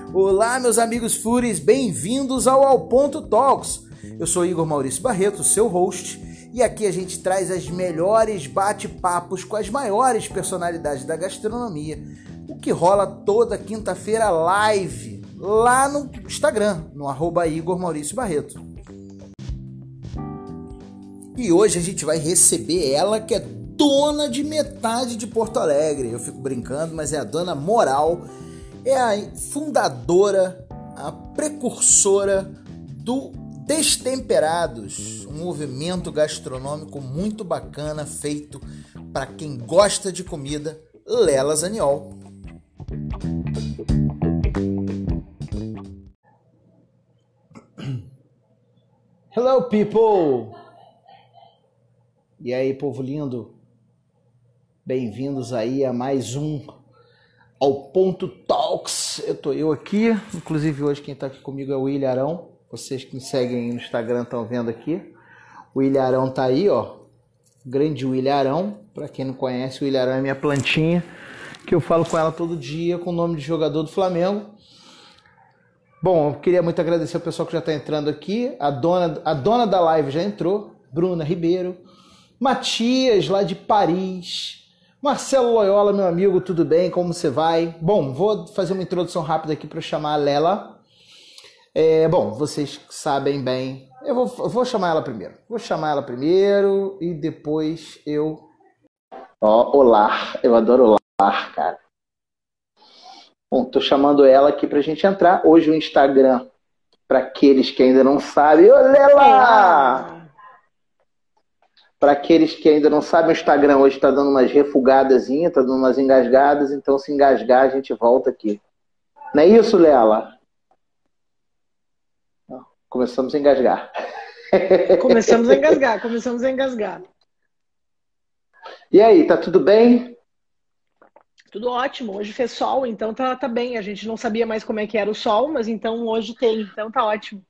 Olá, meus amigos Fúris, bem-vindos ao Ponto Talks. Eu sou Igor Maurício Barreto, seu host, e aqui a gente traz as melhores bate-papos com as maiores personalidades da gastronomia, o que rola toda quinta-feira live, lá no Instagram, no @Igor Maurício Barreto. E hoje a gente vai receber ela, que é dona de metade de Porto Alegre. Eu fico brincando, mas é a dona moral, é a fundadora, a precursora do Destemperados, um movimento gastronômico muito bacana feito para quem gosta de comida, Lela Zaniol. Hello, people! E aí, povo lindo? Bem-vindos aí a mais um ao Ponto Talks. Eu aqui, inclusive hoje quem está aqui comigo é o William Arão. Vocês que me seguem no Instagram estão vendo aqui. O William Arão tá aí, ó. Grande William Arão. Para quem não conhece, o William Arão é minha plantinha, que eu falo com ela todo dia com o nome de jogador do Flamengo. Bom, eu queria muito agradecer ao pessoal que já está entrando aqui. A dona da live já entrou, Bruna Ribeiro. Matias, lá de Paris. Marcelo Loyola, meu amigo, tudo bem? Como você vai? Bom, vou fazer uma introdução rápida aqui para chamar a Lela. Bom, vocês sabem bem. Eu vou chamar ela primeiro. Vou chamar ela primeiro e depois eu... olá. Eu adoro olá, cara. Bom, tô chamando ela aqui pra gente entrar. Hoje o Instagram, para aqueles que ainda não sabem... Ô, Lela! Para aqueles que ainda não sabem, o Instagram hoje está dando umas refugadazinhas, está dando umas engasgadas, então se engasgar a gente volta aqui. Não é isso, Lela? Começamos a engasgar. Começamos a engasgar. E aí, tá tudo bem? Tudo ótimo. Hoje fez sol, então tá bem. A gente não sabia mais como é que era o sol, mas então hoje tem, então tá ótimo.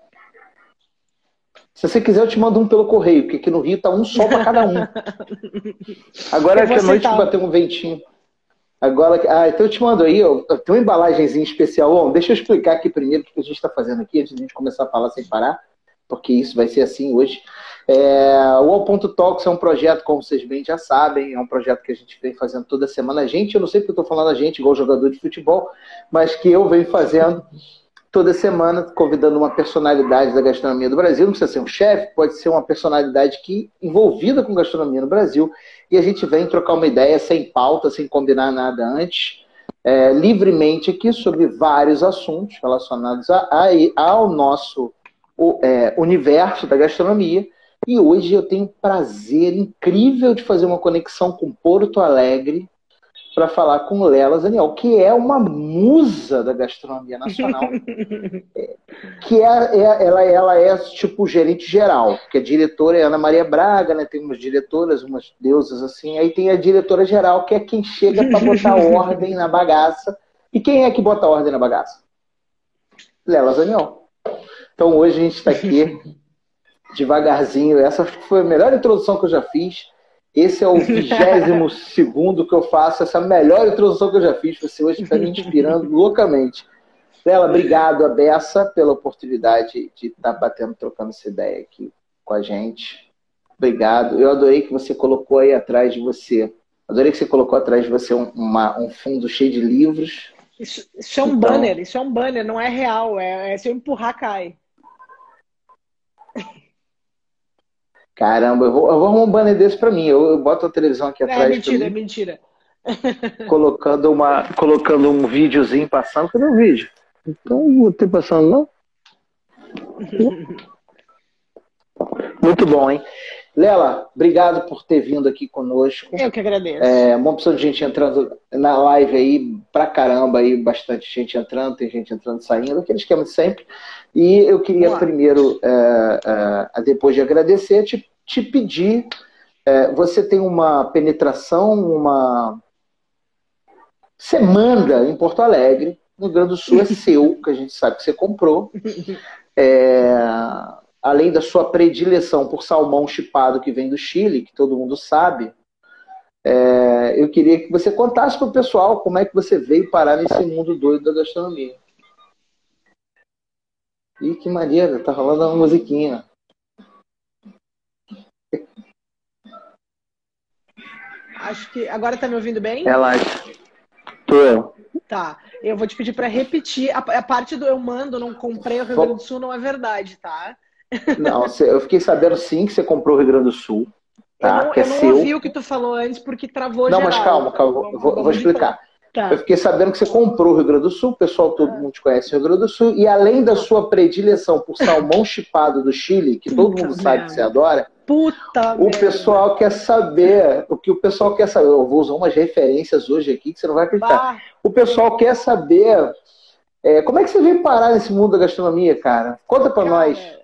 Se você quiser, eu te mando um pelo correio, porque aqui no Rio tá um sol para cada um. Agora que a noite bateu um ventinho. Então eu te mando aí, ó, tem uma embalagenzinha especial. Bom, deixa eu explicar aqui primeiro o que a gente está fazendo aqui, antes de a gente começar a falar sem parar, porque isso vai ser assim hoje. O Ao Ponto Talks é um projeto, como vocês bem já sabem, é um projeto que a gente vem fazendo toda semana. Eu não sei porque eu estou falando a gente, igual jogador de futebol, mas que eu venho fazendo toda semana, convidando uma personalidade da gastronomia do Brasil. Não precisa ser um chefe, pode ser uma personalidade envolvida com gastronomia no Brasil. E a gente vem trocar uma ideia sem pauta, sem combinar nada antes, livremente aqui sobre vários assuntos relacionados ao nosso universo da gastronomia. E hoje eu tenho um prazer incrível de fazer uma conexão com Porto Alegre para falar com Lela Zaniol, que é uma musa da gastronomia nacional, que ela é tipo gerente geral, que a diretora é Ana Maria Braga, né? Tem umas diretoras, umas deusas assim, aí tem a diretora geral, que é quem chega para botar ordem na bagaça. E quem é que bota ordem na bagaça? Lela Zaniol. Então hoje a gente está aqui devagarzinho. Essa foi a melhor introdução que eu já fiz. Esse é o 22º que eu faço, essa melhor introdução que eu já fiz. Você hoje está me inspirando loucamente. Lela, obrigado a beça pela oportunidade de estar trocando essa ideia aqui com a gente. Obrigado. Eu adorei que você colocou aí atrás de você. Adorei que você colocou atrás de você um fundo cheio de livros. Isso é um banner, isso é um banner, não é real. Se eu empurrar, cai. Caramba, eu vou arrumar um banner desse pra mim. Eu boto a televisão aqui atrás. É mentira. Colocando um videozinho passando. Cadê o vídeo? Então não vou ter passando, não? Muito bom, hein? Lela, obrigado por ter vindo aqui conosco. Eu que agradeço. Uma opção de gente entrando na live aí, pra caramba, aí, bastante gente entrando, tem gente entrando e saindo, aquele esquema de sempre. E eu queria primeiro, depois de agradecer, te pedir, você tem uma penetração, você manda em Porto Alegre, no Rio Grande do Sul é seu, que a gente sabe que você comprou. Além da sua predileção por salmão chipado que vem do Chile, que todo mundo sabe, eu queria que você contasse para o pessoal como é que você veio parar nesse mundo doido da gastronomia. Ih, que maneiro, tá rolando uma musiquinha. Acho que agora tá me ouvindo bem? Relaxa. Tô eu. Tá. Eu vou te pedir para repetir. A parte do eu mando, não comprei o Rio Grande do Sul não é verdade, tá? Não, eu fiquei sabendo sim que você comprou o Rio Grande do Sul, tá? Que é Eu não ouvi seu. o que tu falou antes porque travou Não, mas geral. calma, Então calma, eu vou vamos de novo. explicar. Eu Tá. fiquei sabendo que você comprou o Rio Grande do Sul, o pessoal todo mundo te conhece o Rio Grande do Sul, e além da sua predileção por salmão chipado do Chile, que todo Puta mundo sabe que você merda. adora, Puta o merda. pessoal quer saber, o que o pessoal quer saber, eu vou usar umas referências hoje aqui que você não vai acreditar. Bah. O pessoal quer saber como é que você veio parar nesse mundo da gastronomia, cara? Conta pra nós. Cara,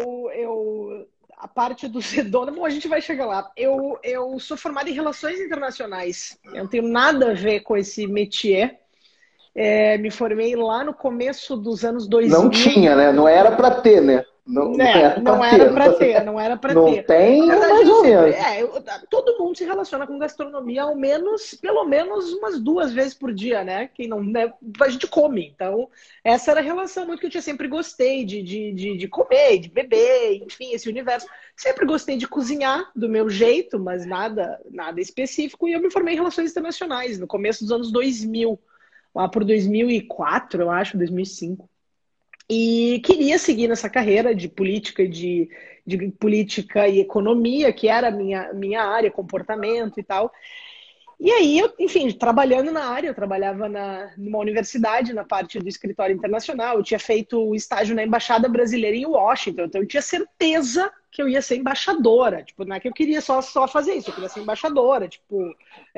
a parte do ser dono, bom, a gente vai chegar lá. Eu sou formada em relações internacionais. Eu não tenho nada a ver com esse métier. Me formei lá no começo dos anos Não 2000. tinha, né? Não era pra ter, né? Não, não era pra Não era ter. para ter, não era para Não ter. tem, Na verdade, mais eu ou sempre, menos. todo mundo se relaciona com gastronomia ao menos, pelo menos umas 2 vezes por dia, né? Quem não, né? A gente come. Então, essa era a relação muito que eu tinha sempre gostei de comer, de beber, enfim, esse universo. Sempre gostei de cozinhar do meu jeito, mas nada específico. E eu me formei em relações internacionais no começo dos anos 2000, lá por 2004, eu acho, 2005. E queria seguir nessa carreira de política, de política e economia, que era a minha área, comportamento e tal. E aí, enfim, trabalhando na área, eu trabalhava numa universidade, na parte do escritório internacional, eu tinha feito o estágio na Embaixada Brasileira em Washington, então eu tinha certeza que eu ia ser embaixadora. Tipo, não é que eu queria só fazer isso, eu queria ser embaixadora, tipo,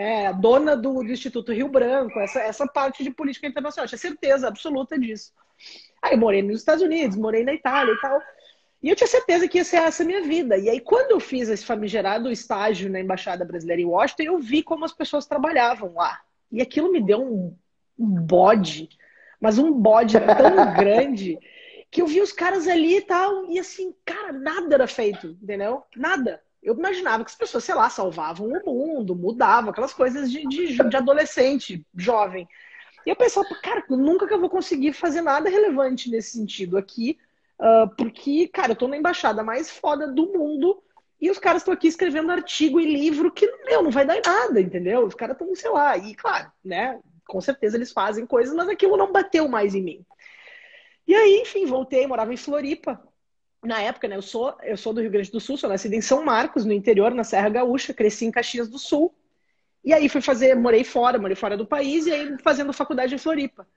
dona do Instituto Rio Branco, essa parte de política internacional, eu tinha certeza absoluta disso. Aí eu morei nos Estados Unidos, morei na Itália e tal. E eu tinha certeza que ia ser essa a minha vida. E aí, quando eu fiz esse famigerado estágio na Embaixada Brasileira em Washington, eu vi como as pessoas trabalhavam lá. E aquilo me deu um bode, mas um bode tão grande, que eu vi os caras ali e tal, e assim, cara, nada era feito, entendeu? Nada. Eu imaginava que as pessoas, sei lá, salvavam o mundo, mudavam, aquelas coisas de adolescente, jovem. E eu pensava, cara, nunca que eu vou conseguir fazer nada relevante nesse sentido aqui, porque, cara, eu tô na embaixada mais foda do mundo e os caras estão aqui escrevendo artigo e livro que, meu, não vai dar em nada, entendeu? Os caras estão, sei lá, e claro, né, com certeza eles fazem coisas, mas aquilo não bateu mais em mim. E aí, enfim, voltei, morava em Floripa. Na época, né, eu sou do Rio Grande do Sul, sou nascida em São Marcos, no interior, na Serra Gaúcha, cresci em Caxias do Sul. E aí morei fora do país, e aí fazendo faculdade em Floripa.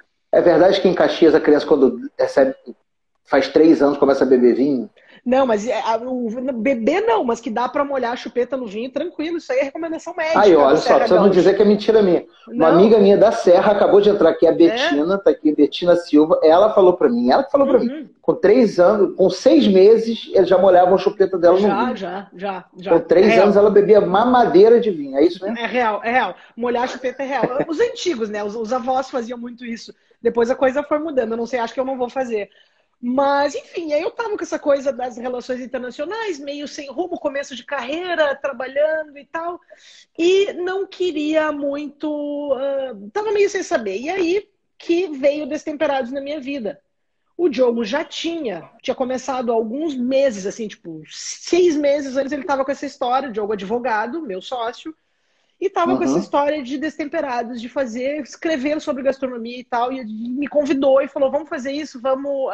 É verdade que em Caxias a criança, quando recebe, faz 3 anos, começa a beber vinho? Não, mas o bebê não, mas que dá para molhar a chupeta no vinho tranquilo. Isso aí é recomendação Aí, médica da olha só, Serra precisa não dizer Gaúcha. que é mentira minha. Uma amiga Não, minha da Serra acabou de entrar aqui, a é? Betina, tá aqui, Betina Silva. Ela falou pra mim, ela que falou pra mim, Uhum. com 3 anos, com 6 meses, eles já molhavam a chupeta dela no vinho. Com Já. É 3 anos, real. ela bebia mamadeira de vinho, é isso mesmo? É real, é real. Molhar a chupeta é real. Os antigos, né? Os avós faziam muito isso. Depois a coisa foi mudando. Eu não sei, acho que eu não vou fazer. Mas, enfim, aí eu tava com essa coisa das relações internacionais, meio sem rumo, começo de carreira, trabalhando e tal, e não queria muito, tava meio sem saber. E aí que veio Destemperados na minha vida. O Diogo já tinha começado há alguns meses, assim, tipo, 6 meses antes ele tava com essa história, o Diogo advogado, meu sócio, e tava com essa Uhum. história de Destemperados, de escrever sobre gastronomia e tal, e me convidou e falou, vamos fazer isso,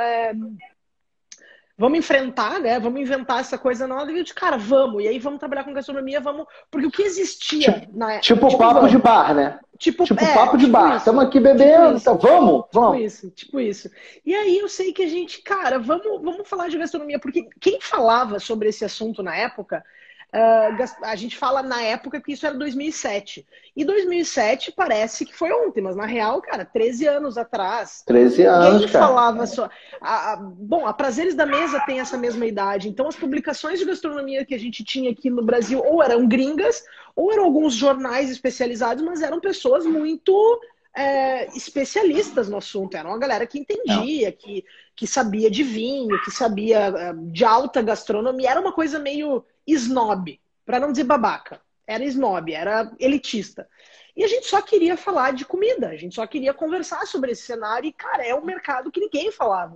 vamos enfrentar, né? Vamos inventar essa coisa nova. E eu disse, cara, vamos. E aí vamos trabalhar com gastronomia, vamos. Porque o que existia Tipo, na. tipo Tipo, papo de vamos. bar, né? Tipo papo de Tipo bar. isso. Estamos aqui Tipo bebendo, isso. então vamos, Tipo vamos. isso, tipo isso. E aí eu sei que a gente, cara, vamos falar de gastronomia, porque quem falava sobre esse assunto na época, a gente fala na época que isso era 2007. E 2007 parece que foi ontem, mas na real, cara, 13 anos atrás, 13 anos, ninguém cara. falava só. Bom, a Prazeres da Mesa tem essa mesma idade, então as publicações de gastronomia que a gente tinha aqui no Brasil ou eram gringas, ou eram alguns jornais especializados, mas eram pessoas muito especialistas no assunto. Era uma galera que Não. entendia, que sabia de vinho, que sabia de alta gastronomia. Era uma coisa meio snob, para não dizer babaca. Era snob, era elitista. E a gente só queria falar de comida, a gente só queria conversar sobre esse cenário. E, cara, é um mercado que ninguém falava.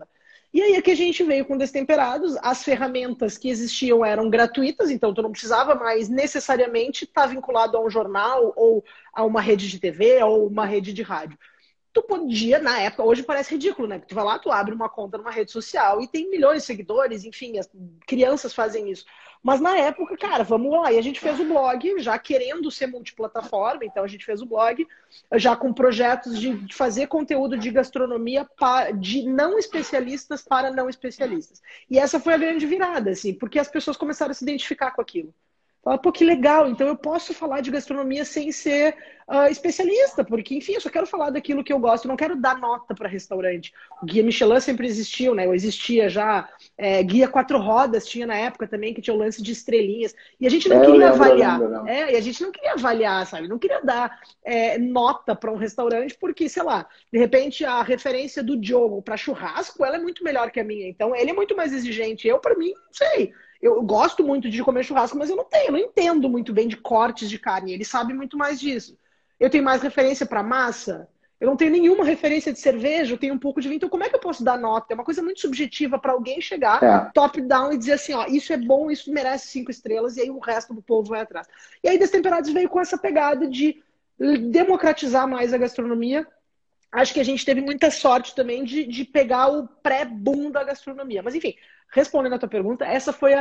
E aí é que a gente veio com Destemperados, as ferramentas que existiam eram gratuitas, então tu não precisava mais necessariamente estar vinculado a um jornal ou a uma rede de TV ou uma rede de rádio. Tu podia, na época, hoje parece ridículo, né? Tu vai lá, tu abre uma conta numa rede social e tem milhões de seguidores, enfim, as crianças fazem isso. Mas na época, cara, vamos lá. E a gente fez o blog, já querendo ser multiplataforma, então a gente fez o blog, já com projetos de fazer conteúdo de gastronomia de não especialistas para não especialistas. E essa foi a grande virada, assim, porque as pessoas começaram a se identificar com aquilo. Fala, pô, que legal, então eu posso falar de gastronomia sem ser especialista, porque, enfim, eu só quero falar daquilo que eu gosto, eu não quero dar nota para restaurante. O Guia Michelin sempre existiu, né? Eu existia já, Guia Quatro Rodas tinha na época também, que tinha o lance de estrelinhas, e a gente não queria avaliar. E a gente não queria avaliar, sabe? Não queria dar nota para um restaurante, porque, sei lá, de repente a referência do Diogo para churrasco, ela é muito melhor que a minha, então ele é muito mais exigente. Eu, para mim, não sei. Eu gosto muito de comer churrasco, mas eu não entendo muito bem de cortes de carne. Ele sabe muito mais disso. Eu tenho mais referência para massa. Eu não tenho nenhuma referência de cerveja, eu tenho um pouco de vinho. Então, como é que eu posso dar nota? É uma coisa muito subjetiva para alguém chegar top-down e dizer assim, ó, isso é bom, isso merece 5 estrelas, e aí o resto do povo vai atrás. E aí, Destemperados veio com essa pegada de democratizar mais a gastronomia. Acho que a gente teve muita sorte também de pegar o pré-boom da gastronomia. Mas, enfim, respondendo a tua pergunta, essa foi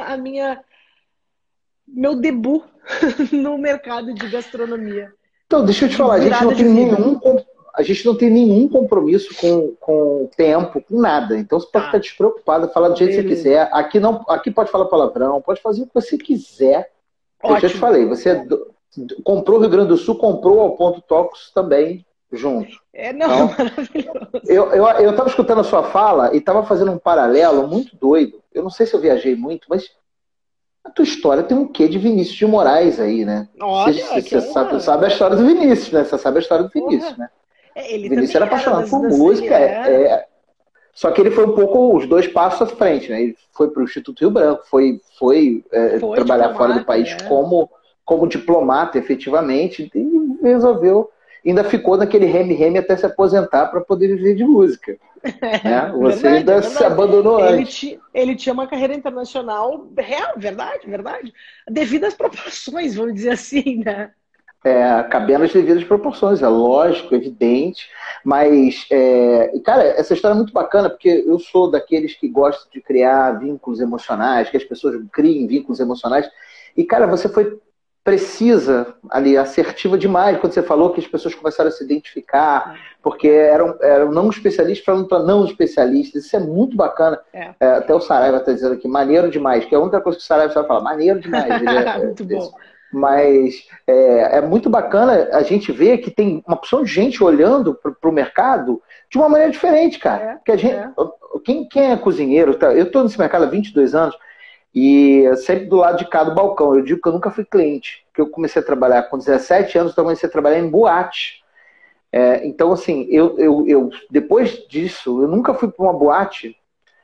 meu debut no mercado de gastronomia. Então, deixa eu te falar, a gente não tem nenhum compromisso com tempo, com nada. Então você pode ficar despreocupado, falar do jeito que você quiser. Aqui pode falar palavrão, pode fazer o que você quiser. Ótimo. Eu já te falei, você comprou o Rio Grande do Sul, comprou ao Ponto Tocos também junto. Então, maravilhoso. Eu estava escutando a sua fala e estava fazendo um paralelo muito doido. Eu não sei se eu viajei muito, mas a tua história tem um quê de Vinícius de Moraes aí, né? Olha, você sabe a história do Vinícius, né? Você sabe a história do Vinícius, né? Ele Vinícius era apaixonado por música. Só que ele foi um pouco os 2 passos à frente, né? Ele foi para o Instituto Rio Branco, foi trabalhar fora do país como diplomata, efetivamente, e resolveu. Ainda ficou naquele reme-reme até se aposentar para poder viver de música. Né? Você ainda se abandonou antes. Ele tinha uma carreira internacional real, verdade. Devido às proporções, vamos dizer assim, né? Cabendo as devidas proporções, é lógico, evidente. Mas, cara, essa história é muito bacana, porque eu sou daqueles que gostam de criar vínculos emocionais, que as pessoas criem vínculos emocionais. E, cara, você foi precisa, ali, assertiva demais, quando você falou que as pessoas começaram a se identificar, porque eram não especialistas falando para não especialistas. Isso é muito bacana. Até o Saraiva está dizendo aqui, maneiro demais, que é a única coisa que o Saraiva sabe falar, maneiro demais. Muito bom. Mas é muito bacana a gente ver que tem uma opção de gente olhando para o mercado de uma maneira diferente, cara. Quem é cozinheiro, eu estou nesse mercado há 22 anos, e sempre do lado de cá do balcão. Eu digo que eu nunca fui cliente, porque eu comecei a trabalhar com 17 anos, então eu comecei a trabalhar em boate. Então, assim, eu depois disso, eu nunca fui para uma boate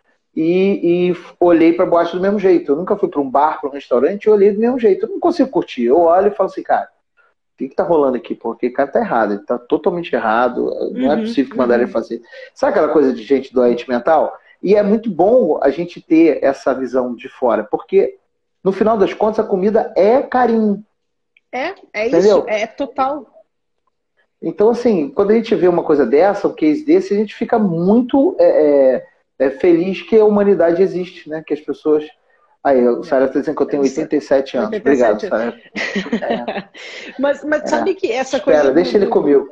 e olhei para a boate do mesmo jeito. Eu nunca fui para um bar, para um restaurante e olhei do mesmo jeito. Eu não consigo curtir. Eu olho e falo assim, cara, o que está rolando aqui? Porque o cara tá errado, ele tá totalmente errado. Não é possível que mandaram ele fazer. Sabe aquela coisa de gente doente mental? E é muito bom a gente ter essa visão de fora, porque no final das contas a comida é carinho. Isso, é total. Então, assim, quando a gente vê uma coisa dessa, um case desse, a gente fica muito feliz que a humanidade existe, né? Que as pessoas... Aí, o Sarah está dizendo que eu tenho 87 anos. 87 Obrigado, Sarah. Mas sabe que essa coisa... Espera, deixa ele comigo.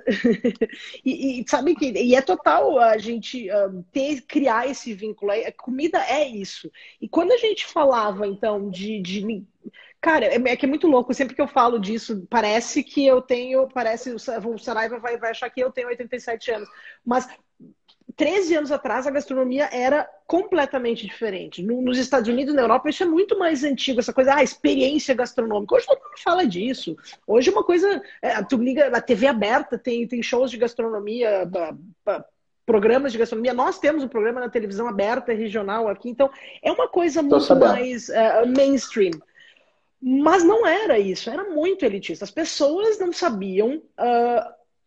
E sabe que... E é total a gente criar esse vínculo. A comida é isso. E quando a gente falava, então, Cara, que é muito louco. Sempre que eu falo disso, parece que eu tenho... O Saraiva vai achar que eu tenho 87 anos. Mas... 13 anos atrás, a gastronomia era completamente diferente. Nos Estados Unidos e na Europa, isso é muito mais antigo, essa coisa, experiência gastronômica. Hoje todo mundo fala disso. Hoje é uma coisa... tu liga, a TV aberta tem shows de gastronomia, programas de gastronomia. Nós temos um programa na televisão aberta, regional aqui. Então, é uma coisa muito mais mainstream. Mas não era isso. Era muito elitista. As pessoas não sabiam...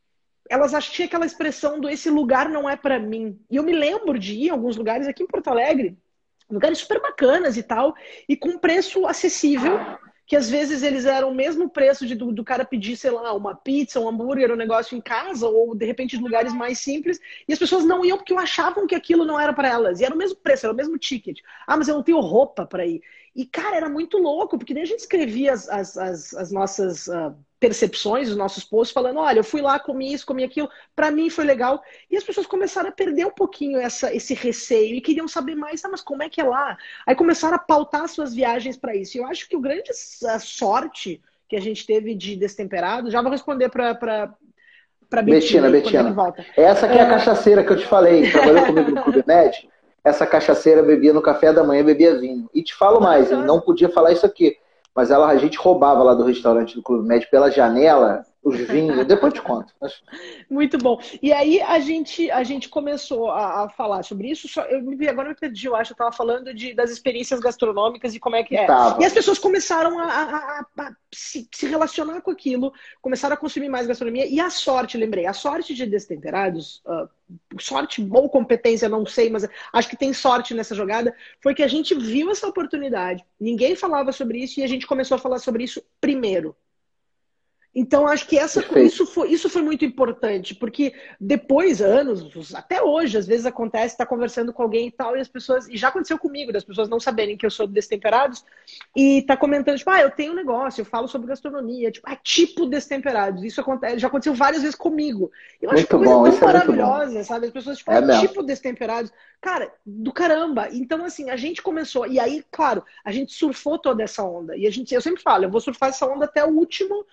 elas tinham aquela expressão do esse lugar não é para mim. E eu me lembro de ir em alguns lugares aqui em Porto Alegre, lugares super bacanas e tal, e com preço acessível, que às vezes eles eram o mesmo preço do cara pedir, sei lá, uma pizza, um hambúrguer, um negócio em casa, ou de repente de lugares mais simples, e as pessoas não iam porque achavam que aquilo não era para elas. E era o mesmo preço, era o mesmo ticket. Ah, mas eu não tenho roupa para ir. E, cara, era muito louco, porque daí a gente escrevia as nossas percepções, os nossos posts, falando, olha, eu fui lá, comi isso, comi aquilo, para mim foi legal. E as pessoas começaram a perder um pouquinho esse receio e queriam saber mais, mas como é que é lá? Aí começaram a pautar suas viagens para isso. E eu acho que o grande sorte que a gente teve de Destemperado, já vou responder para Betina. Betina. Essa que é a cachaceira que eu te falei, trabalhou comigo no Clube Med. Essa cachaceira bebia no café da manhã, bebia vinho. E te falo mais, não podia falar isso aqui, mas a gente roubava lá do restaurante do Clube Med pela janela os vinhos. Depois te conto. Muito bom. E aí a gente começou a falar sobre isso. Agora eu me perdi, eu acho. Eu estava falando das experiências gastronômicas e como é que é. E as pessoas começaram a se relacionar com aquilo, começaram a consumir mais gastronomia. E a sorte, lembrei, a sorte de Destemperados, sorte ou competência, não sei, mas acho que tem sorte nessa jogada, foi que a gente viu essa oportunidade. Ninguém falava sobre isso e a gente começou a falar sobre isso primeiro. Então, acho que isso foi muito importante, porque depois, anos, até hoje, às vezes acontece, tá conversando com alguém e tal, e as pessoas, e já aconteceu comigo, das pessoas não saberem que eu sou do Destemperados, e tá comentando, tipo, eu tenho um negócio, eu falo sobre gastronomia, tipo Destemperados. Isso já aconteceu várias vezes comigo. Eu acho que coisa tão maravilhosa, sabe? As pessoas, tipo Destemperados. Cara, do caramba. Então, assim, a gente começou, e aí, claro, a gente surfou toda essa onda, e eu sempre falo, eu vou surfar essa onda até a última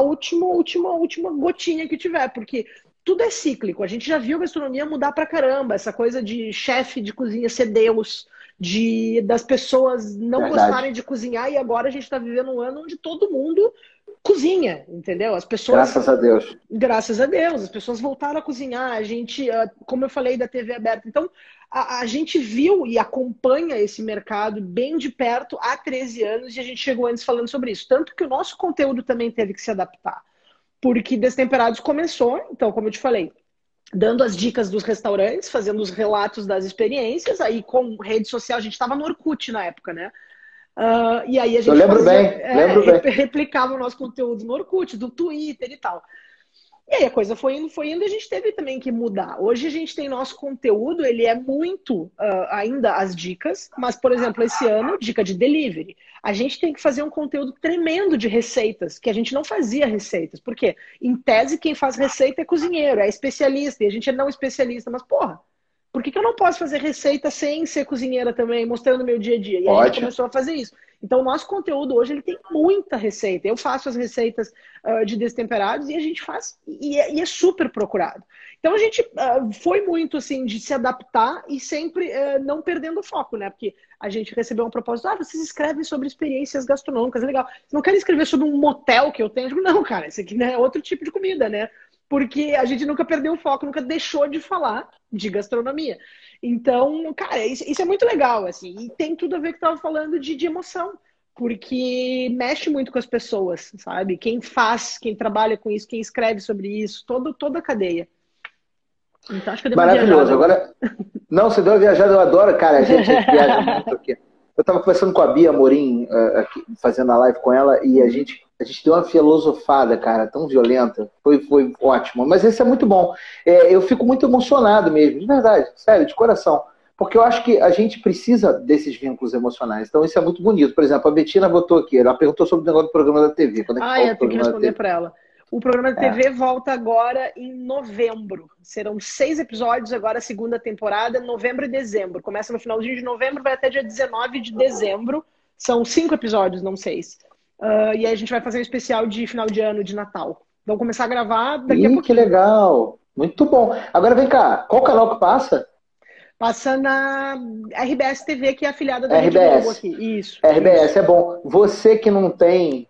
gotinha que tiver, porque tudo é cíclico. A gente já viu a gastronomia mudar pra caramba, essa coisa de chefe de cozinha ser Deus, das pessoas não gostarem de cozinhar, e agora a gente está vivendo um ano onde todo mundo cozinha, entendeu? As pessoas... Graças a Deus. Graças a Deus. As pessoas voltaram a cozinhar. A gente, como eu falei, da TV aberta. Então, a gente viu e acompanha esse mercado bem de perto há 13 anos e a gente chegou antes falando sobre isso. Tanto que o nosso conteúdo também teve que se adaptar. Porque Destemperados começou, então, como eu te falei, dando as dicas dos restaurantes, fazendo os relatos das experiências. Aí, com rede social, a gente estava no Orkut na época, né? E aí a gente lembro bem. replicava o nosso conteúdo no Orkut, do Twitter e tal. E aí a coisa foi indo, e a gente teve também que mudar. Hoje a gente tem nosso conteúdo, ele é muito ainda as dicas, mas, por exemplo, esse ano, dica de delivery. A gente tem que fazer um conteúdo tremendo de receitas, que a gente não fazia receitas. Por quê? Em tese, quem faz receita é cozinheiro, é especialista, e a gente é não especialista, mas, porra, por que eu não posso fazer receita sem ser cozinheira também, mostrando o meu dia a dia? E aí a gente começou a fazer isso. Então, o nosso conteúdo hoje ele tem muita receita. Eu faço as receitas de Destemperados e a gente faz, e é super procurado. Então, a gente foi muito assim de se adaptar e sempre não perdendo o foco, né? Porque a gente recebeu uma proposta, vocês escrevem sobre experiências gastronômicas, legal. Vocês não querem escrever sobre um motel que eu tenho? Eu digo, não, cara, isso aqui é outro tipo de comida, né? Porque a gente nunca perdeu o foco, nunca deixou de falar de gastronomia. Então, cara, isso é muito legal, assim. E tem tudo a ver com o que eu estava falando de emoção. Porque mexe muito com as pessoas, sabe? Quem faz, quem trabalha com isso, quem escreve sobre isso, toda a cadeia. Então, acho que eu dei uma maravilhoso. Agora, não, você deu uma viajada, eu adoro, cara. A gente viaja muito aqui. Eu estava conversando com a Bia Amorim, aqui, fazendo a live com ela, e a gente deu uma filosofada, cara, tão violenta. Foi ótimo. Mas esse é muito bom. Eu fico muito emocionado mesmo, de verdade, sério, de coração. Porque eu acho que a gente precisa desses vínculos emocionais. Então isso é muito bonito. Por exemplo, a Betina botou aqui, ela perguntou sobre o negócio do programa da TV. Quando é que eu tenho que responder para ela. O programa da TV volta agora em novembro. Serão 6 episódios agora, a segunda temporada, novembro e dezembro. Começa no finalzinho de novembro, vai até dia 19 de dezembro. São 5 episódios, não 6. E aí a gente vai fazer um especial de final de ano, de Natal. Vamos começar a gravar daqui a pouquinho. Que legal! Muito bom. Agora vem cá, qual canal que passa? Passa na RBS TV, que é afiliada da Rede Globo aqui. Isso. RBS, é bom. Você que não tem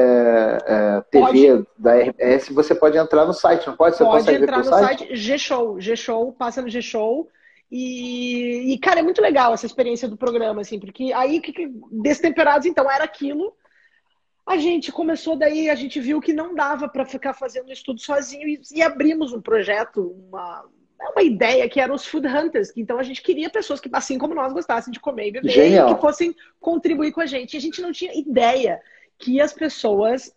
TV da RBS, você pode entrar no site, não pode? Você pode entrar no site G-Show, passa no G-Show. E, cara, é muito legal essa experiência do programa, assim, porque aí, Destemperados, então, era aquilo. a gente começou daí, a gente viu que não dava para ficar fazendo estudo sozinho e abrimos um projeto, uma ideia que eram os Food Hunters. Então a gente queria pessoas que, assim como nós, gostassem de comer e beber Genial. e que fossem contribuir com a gente. E a gente não tinha ideia que as pessoas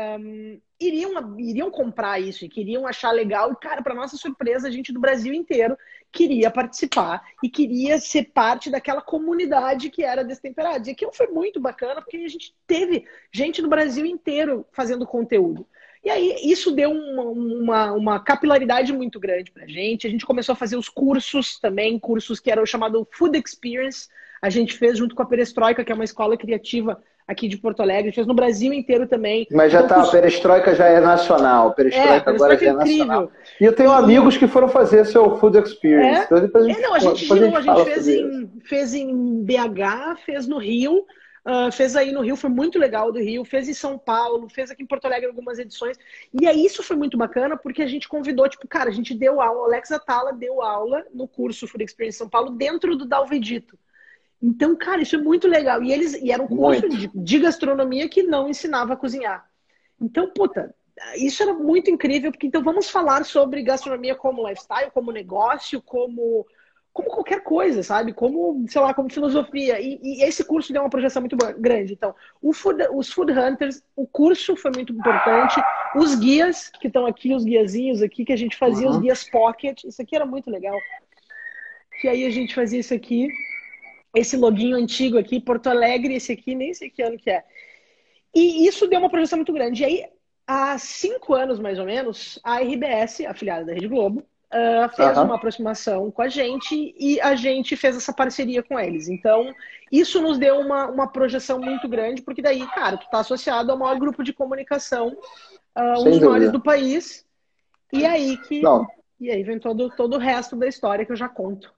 iriam comprar isso e queriam achar legal. E, cara, para nossa surpresa, a gente do Brasil inteiro queria participar e queria ser parte daquela comunidade que era Destemperados. E aquilo foi muito bacana, porque a gente teve gente no Brasil inteiro fazendo conteúdo. E aí, isso deu uma capilaridade muito grande pra gente. A gente começou a fazer os cursos também, cursos que eram chamado Food Experience. A gente fez junto com a Perestroika, que é uma escola criativa aqui de Porto Alegre, a gente fez no Brasil inteiro também. Mas já então, tá, a Perestroika já é nacional, a Perestroika agora já é nacional. E eu tenho amigos que foram fazer seu Food Experience. Então depois a gente girou, a gente fez em BH, fez no Rio, fez aí no Rio, foi muito legal do Rio, fez em São Paulo, fez aqui em Porto Alegre algumas edições. E aí isso foi muito bacana, porque a gente convidou, tipo, cara, a gente deu aula, o Alex Atala deu aula no curso Food Experience São Paulo, dentro do Dalvedito. Então, cara, isso é muito legal. E era um curso de gastronomia que não ensinava a cozinhar. Então, puta, isso era muito incrível, porque então vamos falar sobre gastronomia como lifestyle, como negócio, como qualquer coisa, sabe? Como, sei lá, como filosofia. E esse curso deu uma projeção muito grande. Então, os Food Hunters, o curso foi muito importante. Os guias, que estão aqui, os guiazinhos aqui, que a gente fazia, os guias pocket. Isso aqui era muito legal. Que aí a gente fazia isso aqui. Esse loginho antigo aqui, Porto Alegre, esse aqui, nem sei que ano que é. E isso deu uma projeção muito grande. E aí, há 5 anos, mais ou menos, a RBS, afiliada da Rede Globo, fez uma aproximação com a gente e a gente fez essa parceria com eles. Então, isso nos deu uma projeção muito grande, porque daí, cara, tu tá associado ao maior grupo de comunicação, um dos maiores do país, e aí vem todo o resto da história que eu já conto.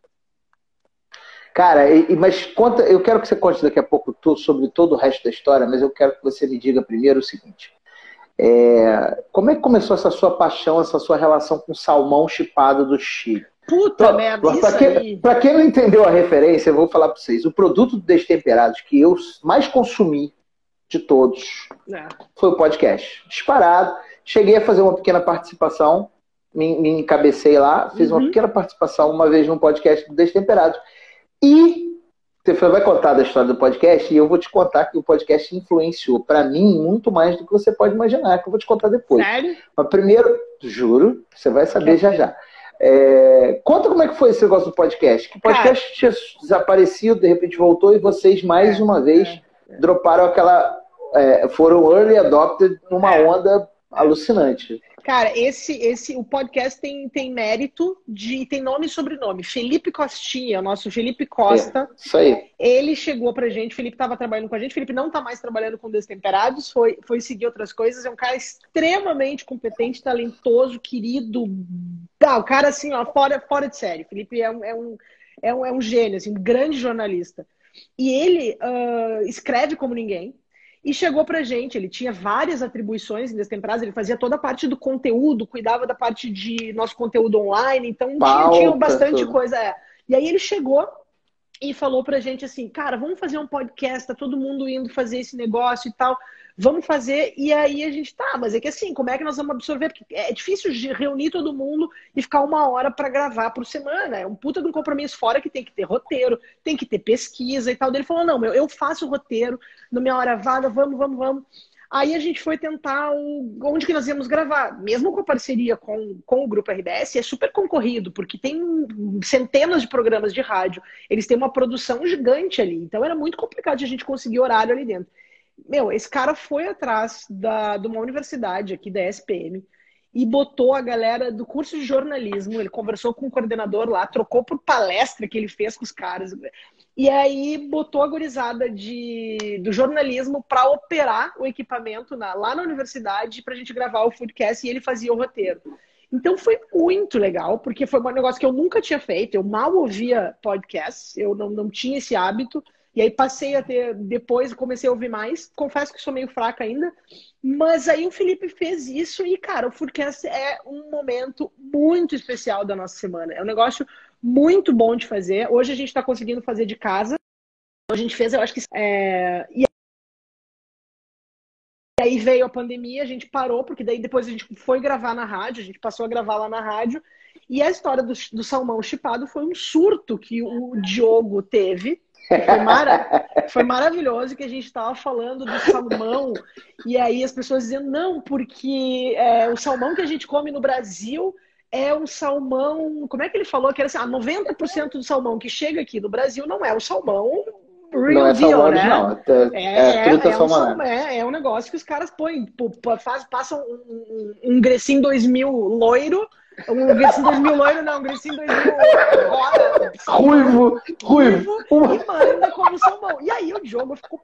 Cara, mas conta, eu quero que você conte daqui a pouco sobre todo o resto da história, mas eu quero que você me diga primeiro o seguinte. Como é que começou essa sua paixão, essa sua relação com o salmão chipado do Chile? Puta merda, Pra quem não entendeu a referência, eu vou falar pra vocês. O produto Destemperados que eu mais consumi de todos foi o podcast. Disparado. Cheguei a fazer uma pequena participação, me encabecei lá, fiz uma pequena participação uma vez num podcast do Destemperados. E você vai contar da história do podcast e eu vou te contar que o podcast influenciou para mim muito mais do que você pode imaginar, que eu vou te contar depois. Sério? Mas primeiro, juro, você vai saber já. Conta como é que foi esse negócio do podcast. Que o podcast tinha desaparecido, de repente voltou e vocês mais uma vez droparam aquela... foram early adopted numa onda alucinante. Cara, o podcast tem mérito tem nome e sobrenome. Felipe Costinha, o nosso Felipe Costa. Isso aí. Ele chegou pra gente, o Felipe estava trabalhando com a gente, o Felipe não tá mais trabalhando com Destemperados, foi seguir outras coisas, é um cara extremamente competente, talentoso, querido. O cara assim, ó, fora de série. O Felipe é um gênio, assim, um grande jornalista. E ele escreve como ninguém. E chegou pra gente, ele tinha várias atribuições em Destemperados, ele fazia toda a parte do conteúdo, cuidava da parte de nosso conteúdo online, então tinha bastante coisa. E aí ele chegou e falou pra gente assim, cara, vamos fazer um podcast, tá todo mundo indo fazer esse negócio e tal, vamos fazer. E aí a gente, mas é que assim, como é que nós vamos absorver? Porque é difícil reunir todo mundo e ficar 1 hora pra gravar por semana, é um puta de um compromisso, fora que tem que ter roteiro, tem que ter pesquisa e tal. Daí ele falou, não, eu faço o roteiro, na minha hora vaga, vamos. Aí a gente foi tentar onde que nós íamos gravar. Mesmo com a parceria com o Grupo RBS, é super concorrido, porque tem centenas de programas de rádio. Eles têm uma produção gigante ali. Então era muito complicado de a gente conseguir horário ali dentro. Esse cara foi atrás de uma universidade aqui da SPM e botou a galera do curso de jornalismo. Ele conversou com o coordenador lá, trocou por palestra que ele fez com os caras. E aí botou a gurizada do jornalismo para operar o equipamento lá na universidade para a gente gravar o Foodcast, e ele fazia o roteiro. Então foi muito legal, porque foi um negócio que eu nunca tinha feito. Eu mal ouvia podcasts, eu não tinha esse hábito. E aí passei a ter, depois comecei a ouvir mais. Confesso que sou meio fraca ainda. Mas aí o Felipe fez isso e, cara, o Foodcast é um momento muito especial da nossa semana. É um negócio muito bom de fazer. Hoje a gente está conseguindo fazer de casa. A gente fez, eu acho que... aí veio a pandemia, a gente parou, porque daí depois a gente foi gravar na rádio, a gente passou a gravar lá na rádio, e a história do salmão chipado foi um surto que o Diogo teve. Foi maravilhoso, que a gente estava falando do salmão, e aí as pessoas dizendo, não, porque o salmão que a gente come no Brasil é um salmão, como é que ele falou? Que era assim, 90% do salmão que chega aqui no Brasil não é o salmão real deal, né? É um negócio que os caras põem, passam um Grecinho 2000 loiro, um Grecinho 2000 loiro, não, um Grecinho 2000 ruivo, e manda como salmão. E aí o Diogo ficou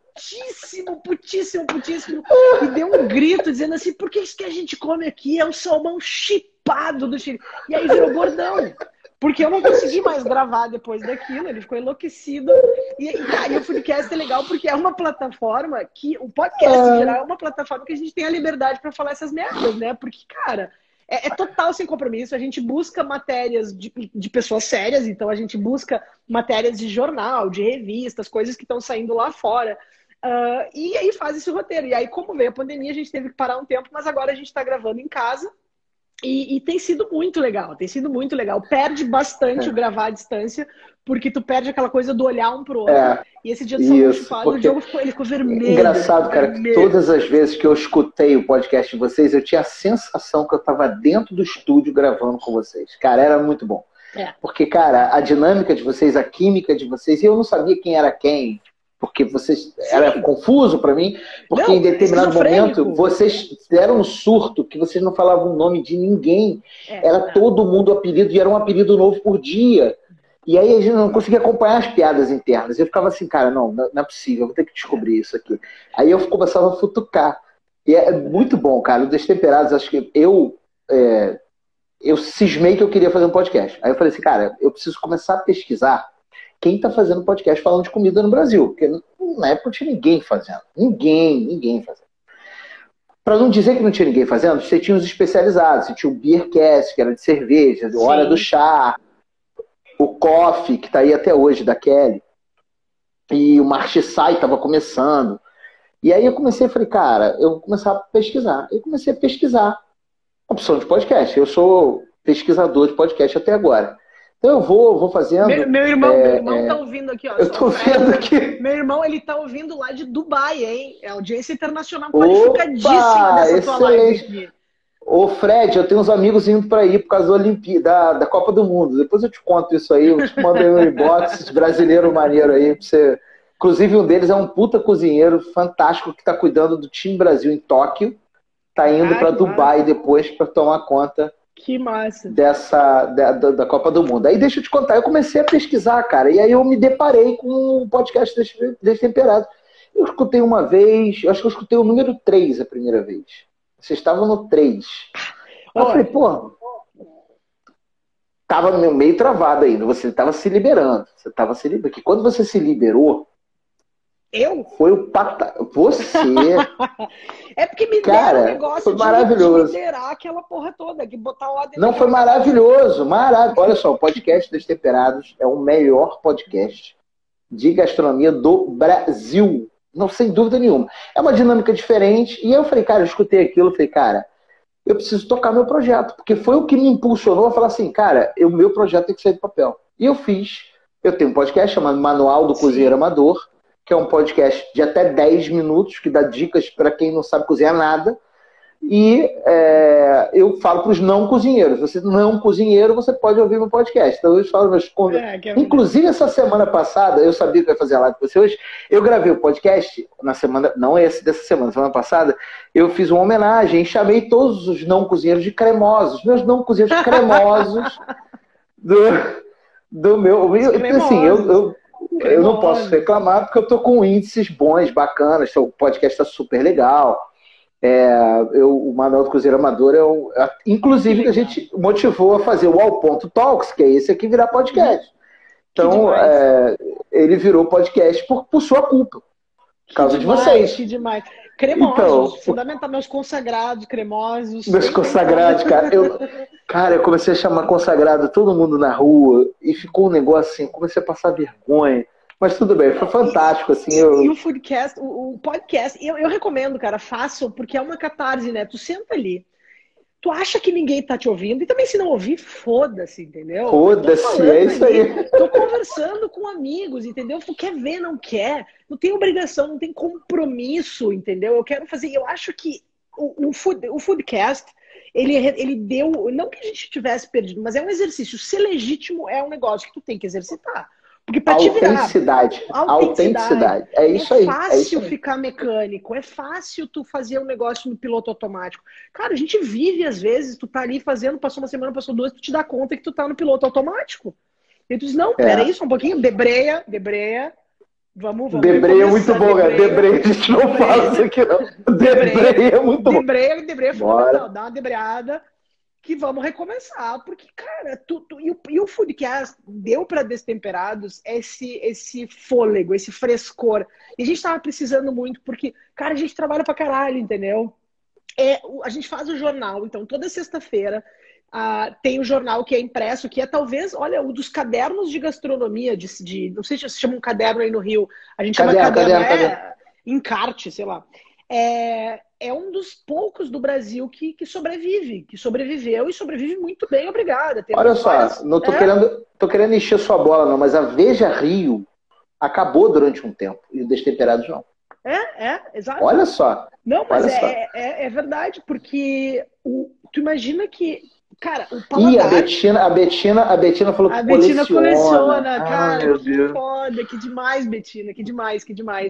putíssimo, e deu um grito dizendo assim, por que isso que a gente come aqui é um salmão chipado do Chile? E aí virou bordão. Porque eu não consegui mais gravar depois daquilo, ele ficou enlouquecido. E o Foodcast é legal porque é uma plataforma que, o podcast em geral, é uma plataforma que a gente tem a liberdade para falar essas merdas, né? Porque, cara, é total sem compromisso. A gente busca matérias de pessoas sérias, então a gente busca matérias de jornal, de revistas, coisas que estão saindo lá fora. E aí faz esse roteiro. E aí, como veio a pandemia, a gente teve que parar um tempo, mas agora a gente está gravando em casa. E tem sido muito legal, Perde bastante o gravar à distância, porque tu perde aquela coisa do olhar um pro outro. E esse dia do salmão chipado, o Diogo ficou vermelho. Engraçado, cara, que todas as vezes que eu escutei o podcast de vocês, eu tinha a sensação que eu estava dentro do estúdio gravando com vocês. Cara, era muito bom. Porque, cara, a dinâmica de vocês, a química de vocês, e eu não sabia quem era quem. Porque vocês... Era confuso para mim, porque em determinado momento vocês deram um surto que vocês não falavam o nome de ninguém. Era todo mundo apelido, e era um apelido novo por dia. E aí a gente não conseguia acompanhar as piadas internas. Eu ficava assim, cara, não é possível, eu vou ter que descobrir isso aqui. Aí eu começava a futucar. E é muito bom, cara. O Destemperados, acho que eu cismei que eu queria fazer um podcast. Aí eu falei assim, cara, eu preciso começar a pesquisar quem está fazendo podcast falando de comida no Brasil. Porque na época não tinha ninguém fazendo. Ninguém fazendo. Para não dizer que não tinha ninguém fazendo, você tinha os especializados. Você tinha o Beercast, que era de cerveja, Hora do Chá, o Coffee, que está aí até hoje, da Kelly. E o Marchesai estava começando. E aí eu falei, cara, eu vou começar a pesquisar. Eu comecei a pesquisar opção de podcast. Eu sou pesquisador de podcast até agora. Então eu vou fazendo... Meu irmão tá ouvindo aqui, ó. Eu tô vendo aqui. Meu irmão, ele tá ouvindo lá de Dubai, hein? É audiência internacional qualificadíssima dessa tua live aqui. Ô Fred, eu tenho uns amigos indo para aí por causa da Copa do Mundo. Depois eu te conto isso aí, eu te mando aí um inbox, esse brasileiro maneiro aí, pra você... Inclusive um deles é um puta cozinheiro fantástico que tá cuidando do time Brasil em Tóquio. Tá indo para Dubai depois para tomar conta... Que massa. Da Copa do Mundo. Aí deixa eu te contar, eu comecei a pesquisar, cara, e aí eu me deparei com o podcast Destemperados. Eu escutei uma vez, acho que eu escutei o número 3 a primeira vez. Vocês estavam no 3. Eu falei, pô, tava meio travado ainda, você tava se liberando. Porque quando você se liberou, foi o Você. É porque me deram um negócio foi maravilhoso. De liderar aquela porra toda, de botar ordem. Não, foi maravilhoso. Olha só, o podcast Destemperados é o melhor podcast de gastronomia do Brasil. Não, sem dúvida nenhuma. É uma dinâmica diferente. E eu falei, cara, eu escutei aquilo, falei, cara, eu preciso tocar meu projeto. Porque foi o que me impulsionou a falar assim, cara, o meu projeto tem que sair do papel. E eu fiz. Eu tenho um podcast chamado Manual do Cozinheiro Amador, que é um podcast de até 10 minutos, que dá dicas para quem não sabe cozinhar nada. E eu falo para os não cozinheiros. Você não é um cozinheiro, você pode ouvir meu podcast. Então eu falo meus inclusive, essa semana passada, eu sabia que eu ia fazer a live com você hoje, eu gravei o podcast na semana, não esse dessa semana passada, eu fiz uma homenagem e chamei todos os não cozinheiros de cremosos. Meus não cozinheiros cremosos do meu... Assim, eu não posso reclamar porque eu tô com índices bons, bacanas, o podcast tá super legal. O Manual do Cozinheiro Amador inclusive a gente motivou a fazer o Ao Ponto Talks, que é esse aqui virar podcast. Então, ele virou podcast por sua culpa. Por causa de vocês. Que demais. Cremosos, então, fundamental, meus consagrados, cremosos. Meus consagrados, cara. Eu comecei a chamar consagrado todo mundo na rua e ficou um negócio assim, comecei a passar vergonha. Mas tudo bem, foi fantástico, assim. E o Foodcast, o podcast, eu recomendo, cara, façam, porque é uma catarse, né? Tu senta ali, tu acha que ninguém tá te ouvindo, e também se não ouvir, foda-se, entendeu? Foda-se, é isso aí. Tô conversando com amigos, entendeu? Tu quer ver, não quer, não tem obrigação, não tem compromisso, entendeu? Eu quero fazer, eu acho que o Foodcast, ele deu, não que a gente tivesse perdido, mas é um exercício. Ser legítimo é um negócio que tu tem que exercitar. Porque pra te virar, autenticidade. É isso aí. É fácil ficar mecânico, é fácil tu fazer um negócio no piloto automático. Cara, a gente vive às vezes, tu tá ali fazendo, passou uma semana, passou duas, tu te dá conta que tu tá no piloto automático. E tu diz, não, peraí, só um pouquinho, debreia. Vamos. Debreia é muito bom, cara. Debreia, a gente não fala isso aqui, não. Debreia é muito bom. Debreia é fundamental. Dá uma debreada que vamos recomeçar. Porque, cara, e o Foodcast deu para Destemperados esse fôlego, esse frescor. E a gente tava precisando muito, porque, cara, a gente trabalha pra caralho, entendeu? A gente faz o jornal, então toda sexta-feira tem o jornal que é impresso, que é talvez, olha, o dos cadernos de gastronomia, não sei se chama um caderno aí no Rio, a gente chama caderno. Encarte, sei lá. É um dos poucos do Brasil que sobreviveu e sobrevive muito bem, obrigada. Olha só, não tô querendo encher sua bola não, mas a Veja Rio acabou durante um tempo, e o Destemperados não. Exato. Olha só. Não, mas é verdade, porque tu imagina que, cara, o paladar... E a Betina falou que coleciona, cara. Ai, meu Deus. Foda, que demais, Betina, que demais.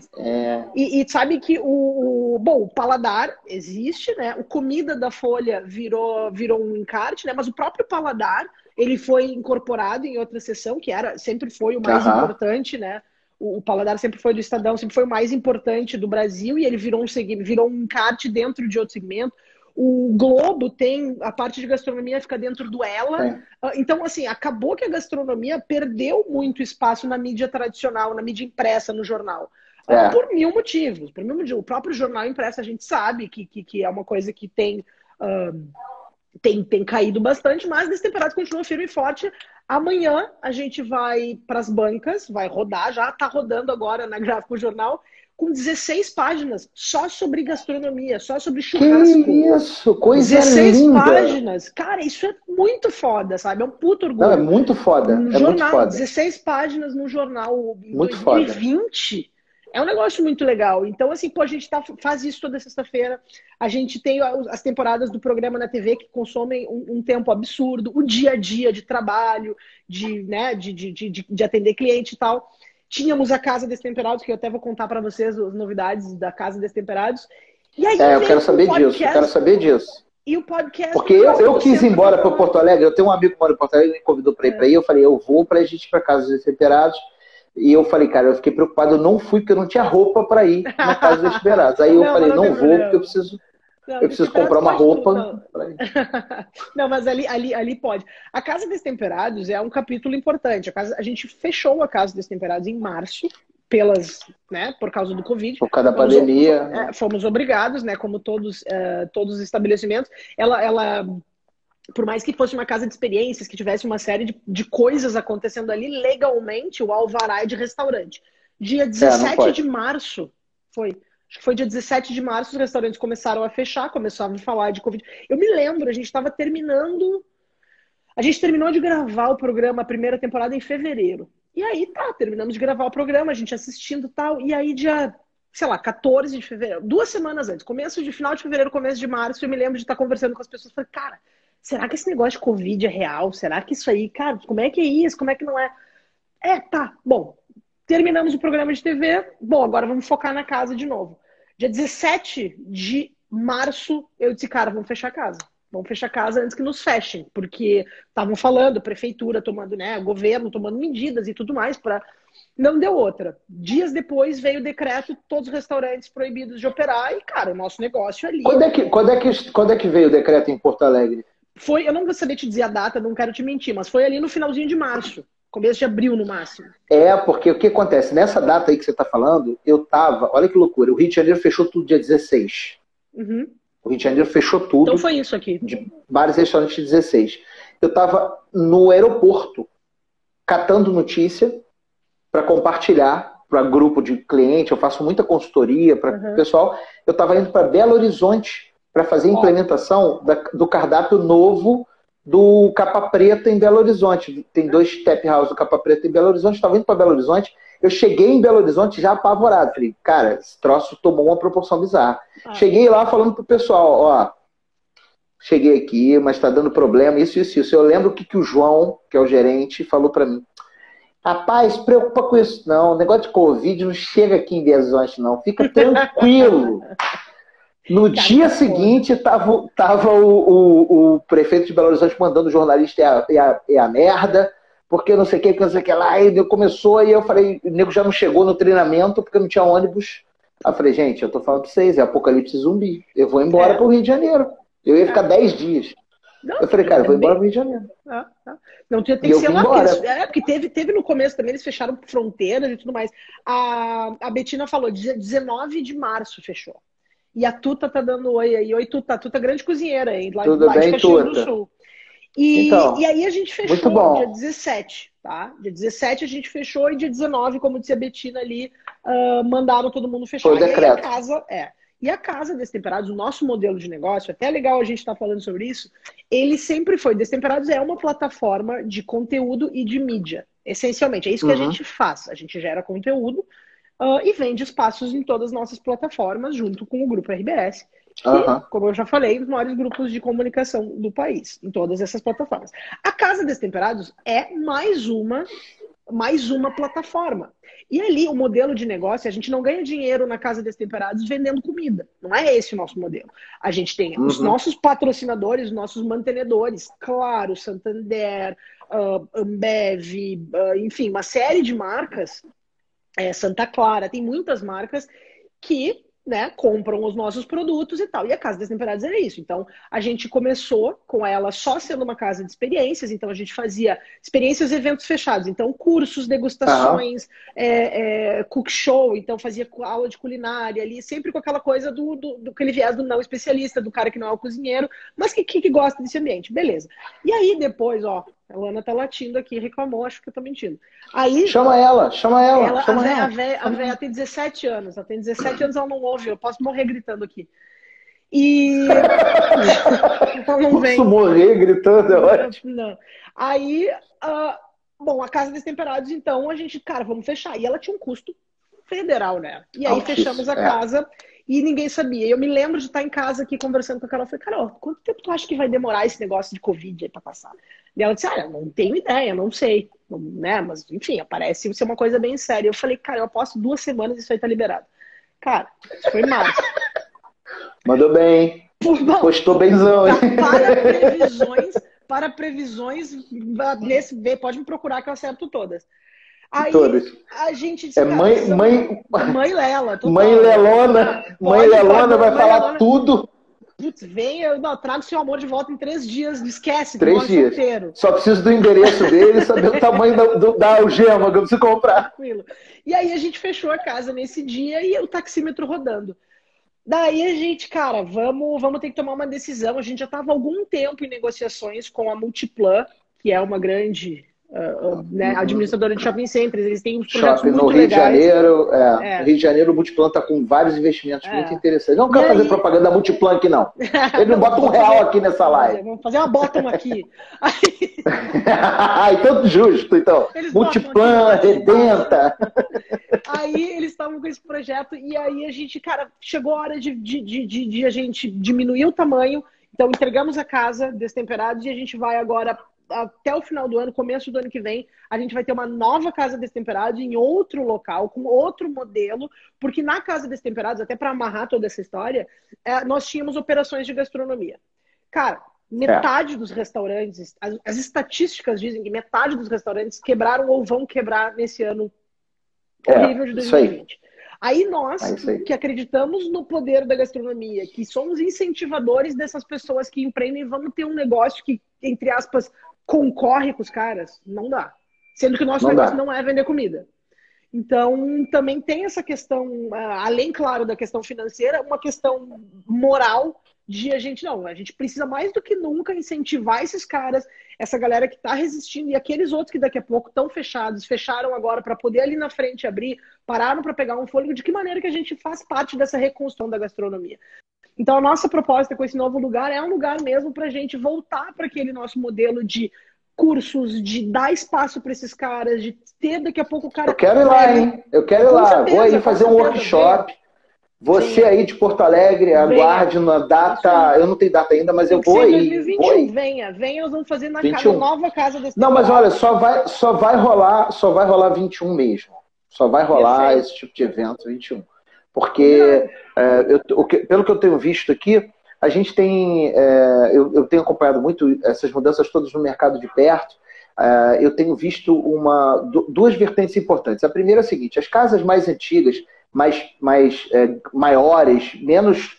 E sabe que o paladar existe, né? O Comida da Folha virou um encarte, né? Mas o próprio paladar, ele foi incorporado em outra seção, que sempre foi o mais importante, né? O paladar sempre foi do Estadão, sempre foi o mais importante do Brasil, e ele virou um encarte dentro de outro segmento. O Globo tem a parte de gastronomia, fica dentro do Ela. Então, assim, acabou que a gastronomia perdeu muito espaço na mídia tradicional, na mídia impressa, no jornal. Por mil motivos. O próprio jornal impresso, a gente sabe que é uma coisa que tem caído bastante, mas Destemperados continua firme e forte. Amanhã a gente vai para as bancas, vai rodar, já está rodando agora na Gráfico Jornal, com 16 páginas só sobre gastronomia, só sobre churrasco. Que isso, coisa 16 linda. páginas. Cara, isso é muito foda, sabe? É um puto orgulho. Não, é muito foda. No jornal, muito foda. 16 páginas no jornal em muito 2020. Foda. É um negócio muito legal. Então, assim, a gente faz isso toda sexta-feira. A gente tem as temporadas do programa na TV que consomem um tempo absurdo. O dia a dia de trabalho, de atender cliente e tal. Tínhamos a Casa Destemperados, que eu até vou contar para vocês as novidades da Casa Destemperados. E aí eu quero saber disso. E o podcast... Porque eu quis ir embora para Porto Alegre. Eu tenho um amigo que mora em Porto Alegre, ele me convidou para ir para aí. Eu falei, eu vou para a gente ir para Casa Destemperados. E eu falei, cara, eu fiquei preocupado, eu não fui porque eu não tinha roupa para ir na Casa dos Destemperados. Aí eu falei, não vou porque eu preciso comprar uma roupa. Não, mas ali pode. A Casa Destemperados é um capítulo importante. A gente fechou a Casa Destemperados em março, por causa do Covid. Por causa da pandemia. Fomos obrigados, né? Como todos os estabelecimentos. Ela por mais que fosse uma casa de experiências, que tivesse uma série de coisas acontecendo ali, legalmente o alvará é de restaurante. Dia 17 de março acho que foi dia 17 de março, os restaurantes começaram a fechar, começaram a falar de Covid. Eu me lembro, a gente terminou de gravar o programa, a primeira temporada, em fevereiro. E aí, terminamos de gravar o programa, a gente assistindo e tal, e aí dia, 14 de fevereiro, 2 semanas antes, final de fevereiro, começo de março, eu me lembro de estar conversando com as pessoas, falei, cara, será que esse negócio de Covid é real? Será que isso aí, cara, como é que é isso? Como é que não é? Bom, terminamos o programa de TV, agora vamos focar na casa de novo. Dia 17 de março, eu disse, cara, vamos fechar a casa. Vamos fechar a casa antes que nos fechem, porque estavam falando, a prefeitura tomando, o governo tomando medidas e tudo mais, não deu outra. Dias depois veio o decreto, todos os restaurantes proibidos de operar, e, cara, o nosso negócio ali... Quando é que veio o decreto em Porto Alegre? Eu não vou saber te dizer a data, não quero te mentir, mas foi ali no finalzinho de março, começo de abril no máximo. Porque o que acontece? Nessa data aí que você está falando, olha que loucura, o Rio de Janeiro fechou tudo dia 16. Uhum. O Rio de Janeiro fechou tudo. Então foi isso aqui. De bares e restaurantes 16. Eu estava no aeroporto, catando notícia, para compartilhar para grupo de cliente, eu faço muita consultoria para o pessoal. Eu estava indo para Belo Horizonte para fazer a implementação do cardápio novo do Capa Preta em Belo Horizonte. Tem 2 tap house do Capa Preta em Belo Horizonte. Estava indo para Belo Horizonte. Eu cheguei em Belo Horizonte já apavorado. Falei, cara, esse troço tomou uma proporção bizarra. Cheguei lá falando pro pessoal, ó, cheguei aqui, mas está dando problema, isso. Eu lembro que o João, que é o gerente, falou para mim. Rapaz, se preocupa com isso não. O negócio de Covid não chega aqui em Belo Horizonte, não. Fica tranquilo. No dia seguinte, tava o prefeito de Belo Horizonte mandando o jornalista é a merda, porque não sei o que não sei o que lá. Aí começou, e eu falei, o nego já não chegou no treinamento, porque não tinha ônibus. Aí eu falei, gente, eu tô falando pra vocês, é apocalipse zumbi. Eu vou embora pro Rio de Janeiro. Eu ia ficar 10 dias. Não, eu falei, cara, eu vou embora pro Rio de Janeiro. Não, tem que ser lá. Porque teve no começo também, eles fecharam fronteiras e tudo mais. A Betina falou, 19 de março fechou. E a Tuta tá dando oi aí. Oi, Tuta. Tuta grande cozinheira, hein? Lá de Caxias do Sul. E aí a gente fechou dia 17, tá? Dia 17 a gente fechou e dia 19, como disse a Betina ali, mandaram todo mundo fechar. Foi o decreto. E a Casa Destemperados, o nosso modelo de negócio, até legal a gente estar falando sobre isso, ele sempre foi. Destemperados é uma plataforma de conteúdo e de mídia, essencialmente. É isso que a gente faz. A gente gera conteúdo e vende espaços em todas as nossas plataformas, junto com o Grupo RBS, que, como eu já falei, os maiores grupos de comunicação do país, em todas essas plataformas. A Casa Destemperados é mais uma plataforma. E ali, o modelo de negócio, a gente não ganha dinheiro na Casa Destemperados vendendo comida. Não é esse o nosso modelo. A gente tem os nossos patrocinadores, os nossos mantenedores, claro, Santander, Ambev, enfim, uma série de marcas, Santa Clara, tem muitas marcas que, né, compram os nossos produtos e tal. E a Casa Destemperados era isso. Então, a gente começou com ela só sendo uma casa de experiências. Então, a gente fazia experiências e eventos fechados. Então, cursos, degustações, cook show. Então, fazia aula de culinária ali, sempre com aquela coisa do aquele viés do não especialista, do cara que não é o cozinheiro, mas que gosta desse ambiente. Beleza. E aí, depois, ó, a Luana tá latindo aqui, reclamou, acho que eu tô mentindo. Aí, chama ela. A véia tem 17 anos. Ela tem 17 anos, ela não ouve. Eu posso morrer gritando aqui. E... então não vem. Posso morrer gritando, é ótimo. Não. Aí, bom, a Casa Destemperados, então, a gente, cara, vamos fechar. E ela tinha um custo federal, né? E aí fechamos a casa e ninguém sabia. Eu me lembro de estar em casa aqui conversando com a Carol. Eu falei, Carol, quanto tempo tu acha que vai demorar esse negócio de Covid aí pra passar? E ela disse, eu não tenho ideia, não sei. Né? Mas, enfim, parece ser uma coisa bem séria. Eu falei, cara, eu aposto 2 semanas e isso aí tá liberado. Cara, isso foi em março. Mandou bem. Postou benzão. Para previsões, pode me procurar que eu acerto todas. Aí a gente disse, mãe Lela. Mãe Lelona vai falar tudo. Putz, vem, eu trago seu amor de volta em 3 dias. Esquece, 3 dias. Solteiro. Só preciso do endereço dele e saber o tamanho da algema que eu preciso comprar. Tranquilo. E aí a gente fechou a casa nesse dia e o taxímetro rodando. Daí a gente, cara, vamos ter que tomar uma decisão. A gente já estava há algum tempo em negociações com a Multiplan, que é uma grande administradora de shopping centers. Eles têm uns projetos muito legais. Rio de Janeiro, o Multiplan está com vários investimentos muito interessantes. Não quero fazer propaganda da Multiplan aqui, não. Ele não bota R$1 aqui nessa live. Vamos fazer uma bottom aqui. Então, justo. Então, Multiplan, Redenta. Aí eles estavam com esse projeto e aí a gente, cara, chegou a hora de a gente diminuir o tamanho. Então, entregamos a Casa Destemperados e a gente vai agora, até o final do ano, começo do ano que vem, a gente vai ter uma nova Casa Destemperados em outro local, com outro modelo, porque na Casa Destemperados, até para amarrar toda essa história, nós tínhamos operações de gastronomia. Cara, metade dos restaurantes, as estatísticas dizem que metade dos restaurantes quebraram ou vão quebrar nesse ano horrível de 2020. Aí nós, que acreditamos no poder da gastronomia, que somos incentivadores dessas pessoas que empreendem, vamos ter um negócio que, entre aspas, concorre com os caras, não dá. Sendo que o nosso negócio não é vender comida. Então, também tem essa questão, além, claro, da questão financeira, uma questão moral de a gente precisa mais do que nunca incentivar esses caras, essa galera que está resistindo e aqueles outros que daqui a pouco estão fechados, fecharam agora para poder ali na frente abrir, pararam para pegar um fôlego, de que maneira que a gente faz parte dessa reconstrução da gastronomia. Então a nossa proposta com esse novo lugar é um lugar mesmo para a gente voltar para aquele nosso modelo de cursos, de dar espaço para esses caras, de ter daqui a pouco o cara... Eu quero ir lá, hein? Eu quero ir lá. Certeza, vou aí fazer um workshop. Você aí de Porto Alegre, aguarde na data... Eu não tenho data ainda, mas eu vou aí. 2021, venha, nós vamos fazer na nova casa desse... Não, mas olha, só vai rolar 21 mesmo. Só vai rolar esse tipo de evento 21. Porque, pelo que eu tenho visto aqui, a gente tem... eu tenho acompanhado muito essas mudanças todas no mercado de perto. Eu tenho visto duas vertentes importantes. A primeira é a seguinte: as casas mais antigas, maiores, menos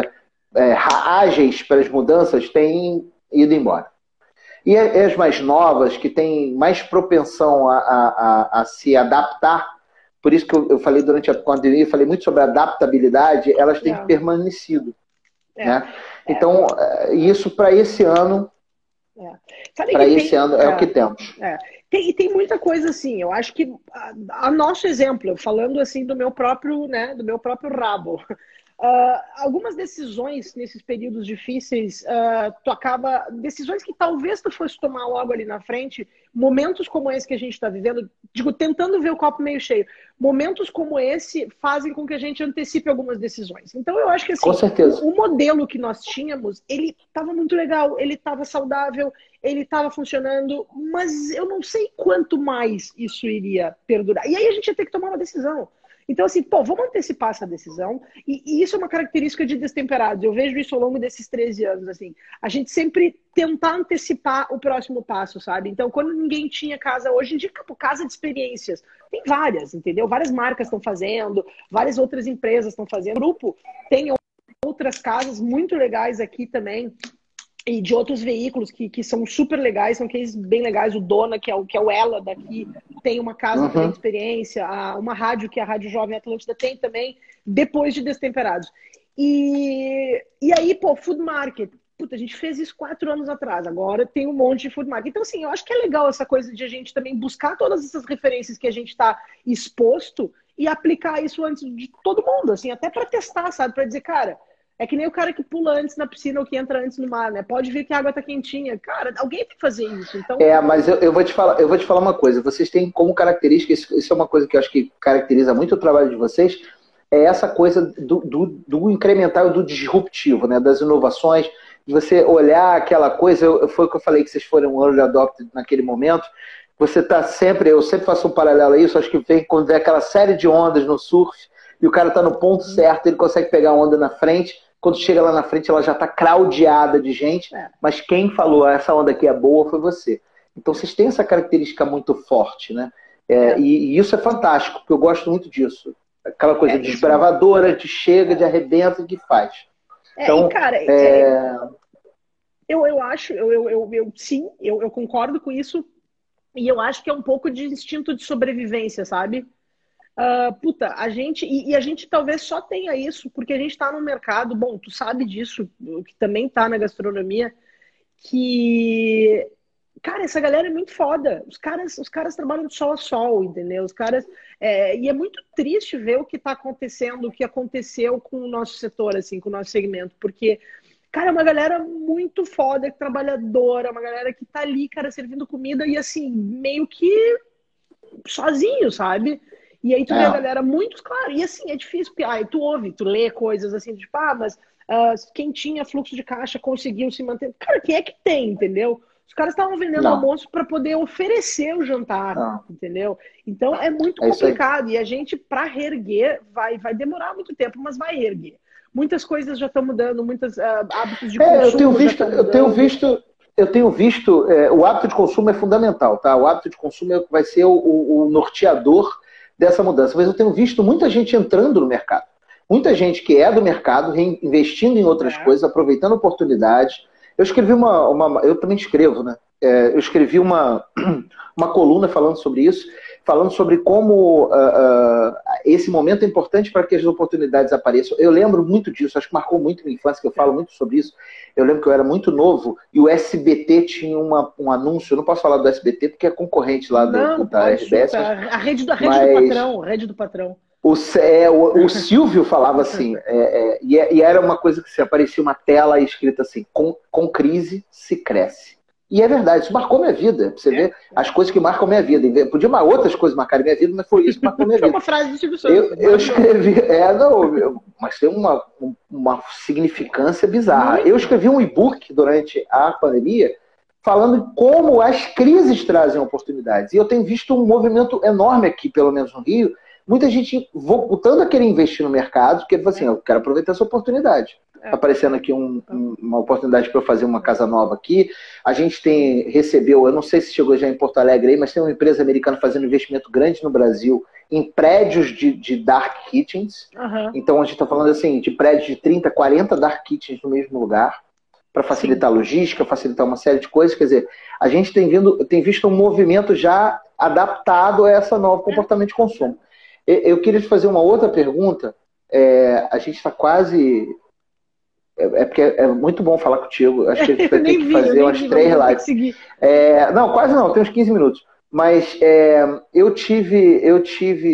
ágeis para as mudanças, têm ido embora. E as mais novas, que têm mais propensão a se adaptar, por isso que eu falei durante a pandemia, falei muito sobre a adaptabilidade, elas têm permanecido. Né? Então, isso para esse ano... Para esse ano é o que temos. Tem muita coisa assim. Eu acho que a nosso exemplo, falando assim do meu próprio rabo, algumas decisões nesses períodos difíceis, decisões que talvez tu fosse tomar logo ali na frente, momentos como esse que a gente está vivendo, tentando ver o copo meio cheio, momentos como esse fazem com que a gente antecipe algumas decisões. Então eu acho que assim, com certeza, o modelo que nós tínhamos, ele estava muito legal, ele estava saudável, ele estava funcionando, mas eu não sei quanto mais isso iria perdurar. E aí a gente ia ter que tomar uma decisão. Então, assim, vamos antecipar essa decisão. E isso é uma característica de Destemperados. Eu vejo isso ao longo desses 13 anos, assim. A gente sempre tentar antecipar o próximo passo, sabe? Então, quando ninguém tinha casa, hoje em dia, casa de experiências. Tem várias, entendeu? Várias marcas estão fazendo, várias outras empresas estão fazendo. O grupo tem outras casas muito legais aqui também. E de outros veículos que são super legais, são cases bem legais. O Dona, que é o Ela daqui, tem uma casa de experiência. Uma rádio, que é a Rádio Jovem Atlântida, tem também, depois de Destemperados. E aí, Food Market. Puta, a gente fez isso 4 anos atrás. Agora tem um monte de Food Market. Então, assim, eu acho que é legal essa coisa de a gente também buscar todas essas referências que a gente está exposto e aplicar isso antes de todo mundo, assim, até para testar, sabe? Para dizer, cara... É que nem o cara que pula antes na piscina ou que entra antes no mar, né? Pode ver que a água tá quentinha. Cara, alguém tem que fazer isso. Então... mas eu vou te falar uma coisa. Vocês têm como característica, isso é uma coisa que eu acho que caracteriza muito o trabalho de vocês, é essa coisa do incremental e do disruptivo, né? Das inovações, de você olhar aquela coisa, foi o que eu falei, que vocês foram early adopted naquele momento. Você tá sempre, eu sempre faço um paralelo a isso, acho que vem quando vem aquela série de ondas no surf, e o cara tá no ponto certo, ele consegue pegar a onda na frente. Quando chega lá na frente, ela já está craudiada de gente, mas quem falou essa onda aqui é boa foi você. Então vocês têm essa característica muito forte, né? E isso é fantástico, porque eu gosto muito disso. Aquela coisa desbravadora, de chega, de arrebenta, que faz. Então, cara, eu acho, sim, eu concordo com isso, e eu acho que é um pouco de instinto de sobrevivência, sabe? A gente talvez só tenha isso porque a gente tá no mercado, bom, tu sabe disso, que também tá na gastronomia, que, cara, essa galera é muito foda. Os caras trabalham de sol a sol, entendeu? Os caras, e é muito triste ver o que tá acontecendo, o que aconteceu com o nosso setor, assim, com o nosso segmento, porque, cara, é uma galera muito foda, trabalhadora, uma galera que tá ali, cara, servindo comida e, assim, meio que sozinho, sabe? E aí tu vê a galera muito, claro, e assim, é difícil, porque tu ouve, tu lê coisas assim, tipo, mas quem tinha fluxo de caixa conseguiu se manter. Cara, quem é que tem, entendeu? Os caras estavam vendendo almoço para poder oferecer o jantar, entendeu? Então é muito complicado, e a gente, para reerguer, vai demorar muito tempo, mas vai reerguer. Muitas coisas já estão mudando, muitos hábitos de consumo eu tenho visto, o hábito de consumo é fundamental, tá? O hábito de consumo vai ser o norteador dessa mudança. Mas eu tenho visto muita gente entrando no mercado. Muita gente que é do mercado, investindo em outras coisas, aproveitando oportunidades. Eu escrevi eu também escrevo, né? Eu escrevi uma coluna falando sobre isso. falando sobre como esse momento é importante para que as oportunidades apareçam. Eu lembro muito disso, acho que marcou muito minha infância, que eu falo muito sobre isso. Eu lembro que eu era muito novo e o SBT tinha um anúncio, eu não posso falar do SBT porque é concorrente lá da RBS. A rede do patrão, a rede do patrão. O Silvio falava assim, e era uma coisa que se aparecia uma tela escrita assim, com crise se cresce. E é verdade, isso marcou minha vida. Você vê as coisas que marcam minha vida. Podia outras coisas marcarem minha vida, mas foi isso que marcou minha vida. Foi uma frase do Silvio Santos. Eu escrevi, mas tem uma significância bizarra. Eu escrevi um e-book durante a pandemia falando como as crises trazem oportunidades. E eu tenho visto um movimento enorme aqui, pelo menos no Rio, muita gente voltando a querer investir no mercado, porque assim, eu quero aproveitar essa oportunidade. Está aparecendo aqui uma oportunidade para eu fazer uma casa nova aqui. A gente recebeu, eu não sei se chegou já em Porto Alegre aí, mas tem uma empresa americana fazendo investimento grande no Brasil em prédios de dark kitchens. Uhum. Então a gente está falando assim, de prédios de 30, 40 dark kitchens no mesmo lugar, para facilitar a logística, facilitar uma série de coisas. Quer dizer, a gente tem visto um movimento já adaptado a esse novo comportamento de consumo. Eu queria te fazer uma outra pergunta. A gente está quase... porque é muito bom falar contigo. Acho que a gente vai ter que fazer umas 3 lives. Não, quase não, tem uns 15 minutos. Mas eu tive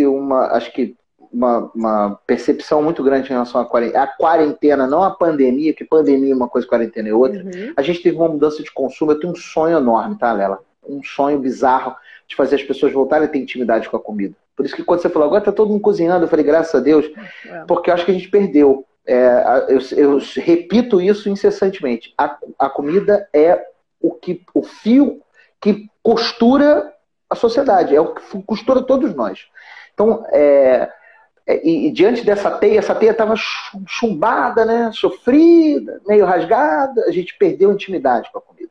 uma percepção muito grande em relação à quarentena, não à pandemia, que pandemia é uma coisa, quarentena é outra. Uhum. A gente teve uma mudança de consumo. Eu tenho um sonho enorme, tá, Lela? Um sonho bizarro de fazer as pessoas voltarem a ter intimidade com a comida. Por isso que quando você falou, agora tá todo mundo cozinhando, eu falei, graças a Deus, porque eu acho que a gente perdeu. Eu repito isso incessantemente. A comida é o fio que costura a sociedade, é o que costura todos nós. Então, e diante dessa teia, essa teia estava chumbada, né, sofrida, meio rasgada, a gente perdeu a intimidade com a comida.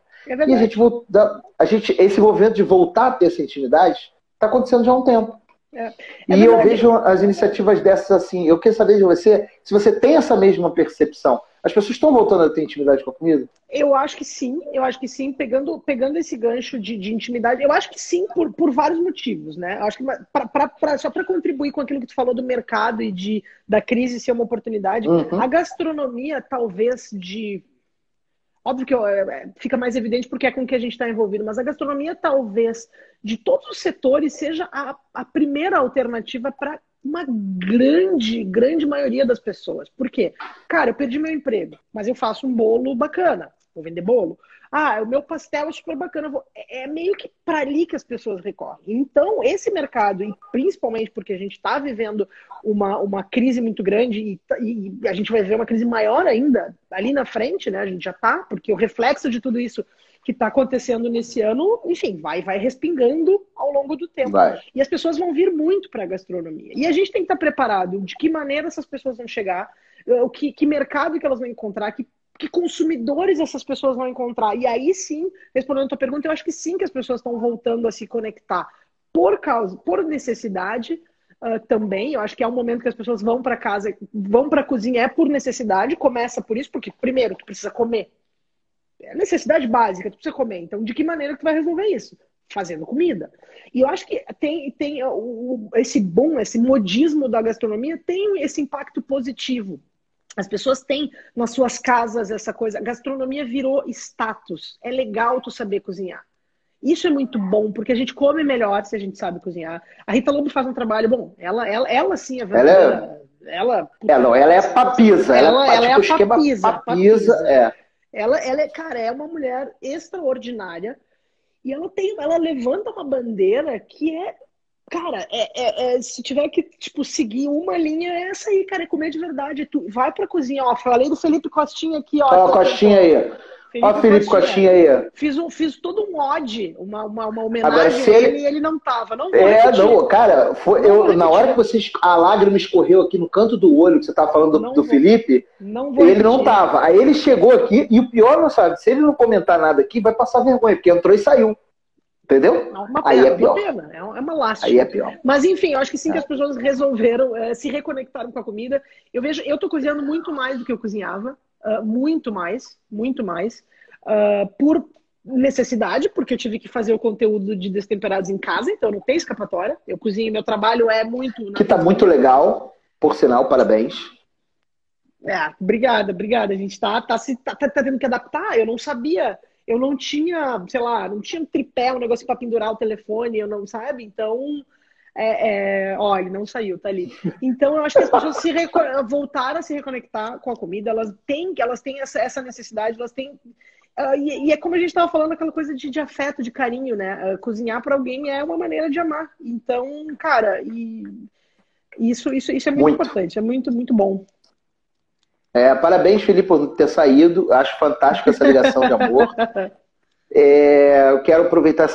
E esse movimento de voltar a ter essa intimidade está acontecendo já há um tempo. E eu vejo as iniciativas dessas assim. Eu quero saber de você, se você tem essa mesma percepção. As pessoas estão voltando a ter intimidade com a comida? Eu acho que sim, pegando esse gancho de intimidade, eu acho que sim, por vários motivos, né? Eu acho que só para contribuir com aquilo que tu falou do mercado e da crise ser uma oportunidade, a gastronomia talvez óbvio que fica mais evidente porque é com que a gente está envolvido, mas a gastronomia talvez, de todos os setores, seja a primeira alternativa para uma grande maioria das pessoas. Por quê? Cara, eu perdi meu emprego, mas eu faço um bolo bacana, vou vender bolo. O meu pastel é super bacana. É meio que para ali que as pessoas recorrem. Então, esse mercado, e principalmente porque a gente está vivendo uma crise muito grande e a gente vai ver uma crise maior ainda ali na frente, né? A gente já está, porque o reflexo de tudo isso que está acontecendo nesse ano, enfim, vai respingando ao longo do tempo. E as pessoas vão vir muito para a gastronomia. E a gente tem que estar preparado de que maneira essas pessoas vão chegar, que mercado que elas vão encontrar, que consumidores essas pessoas vão encontrar. E aí sim, respondendo a tua pergunta, eu acho que sim que as pessoas estão voltando a se conectar por necessidade também. Eu acho que é um momento que as pessoas vão para casa, vão para a cozinha, por necessidade, começa por isso, porque primeiro tu precisa comer. É necessidade básica, tu precisa comer. Então, de que maneira tu vai resolver isso? Fazendo comida. E eu acho que tem esse boom, esse modismo da gastronomia tem esse impacto positivo. As pessoas têm nas suas casas essa coisa. A gastronomia virou status. É legal tu saber cozinhar. Isso é muito bom, porque a gente come melhor se a gente sabe cozinhar. A Rita Lobo faz um trabalho bom. Ela sim é verdadeira. Ela é a papisa. Ela é a papisa. Ela é uma mulher extraordinária. E ela levanta uma bandeira que é... Cara, se tiver que seguir uma linha, é essa aí, cara, é comer de verdade. Tu vai pra cozinha, ó. Falei do Felipe Costinha aqui, ó. Ó, Costinha aí. Ó, Felipe Costinha aí. Fiz todo um ode, uma homenagem agora, a ele e ele não tava. Não vou cara, na hora que a lágrima escorreu aqui no canto do olho, que você tava falando do Felipe, ele não tava. Aí ele chegou aqui, e o pior, não sabe, se ele não comentar nada aqui, vai passar vergonha, porque entrou e saiu. Entendeu? Aí é pior. É uma lástima. Aí é pior. Mas enfim, eu acho que sim que as pessoas resolveram se reconectaram com a comida. Eu tô cozinhando muito mais do que eu cozinhava. Muito mais. necessidade, porque eu tive que fazer o conteúdo de Destemperados em casa, então não tem escapatória. Eu cozinho, meu trabalho é muito... Que tá muito legal, por sinal, parabéns. Obrigada. A gente tá tendo que adaptar. Eu não sabia, eu não tinha, sei lá, não tinha um tripé, um negócio para pendurar o telefone, eu não, sabe? Então, ó, ele não saiu, tá ali. Então, eu acho que as pessoas voltaram a se reconectar com a comida, elas têm essa necessidade, elas têm... E é como a gente estava falando, aquela coisa de afeto, de carinho, né? Cozinhar para alguém é uma maneira de amar. Então, cara, isso é muito importante, é muito, muito bom. Parabéns, Felipe, por ter saído. Acho fantástico essa ligação de amor. Eu quero aproveitar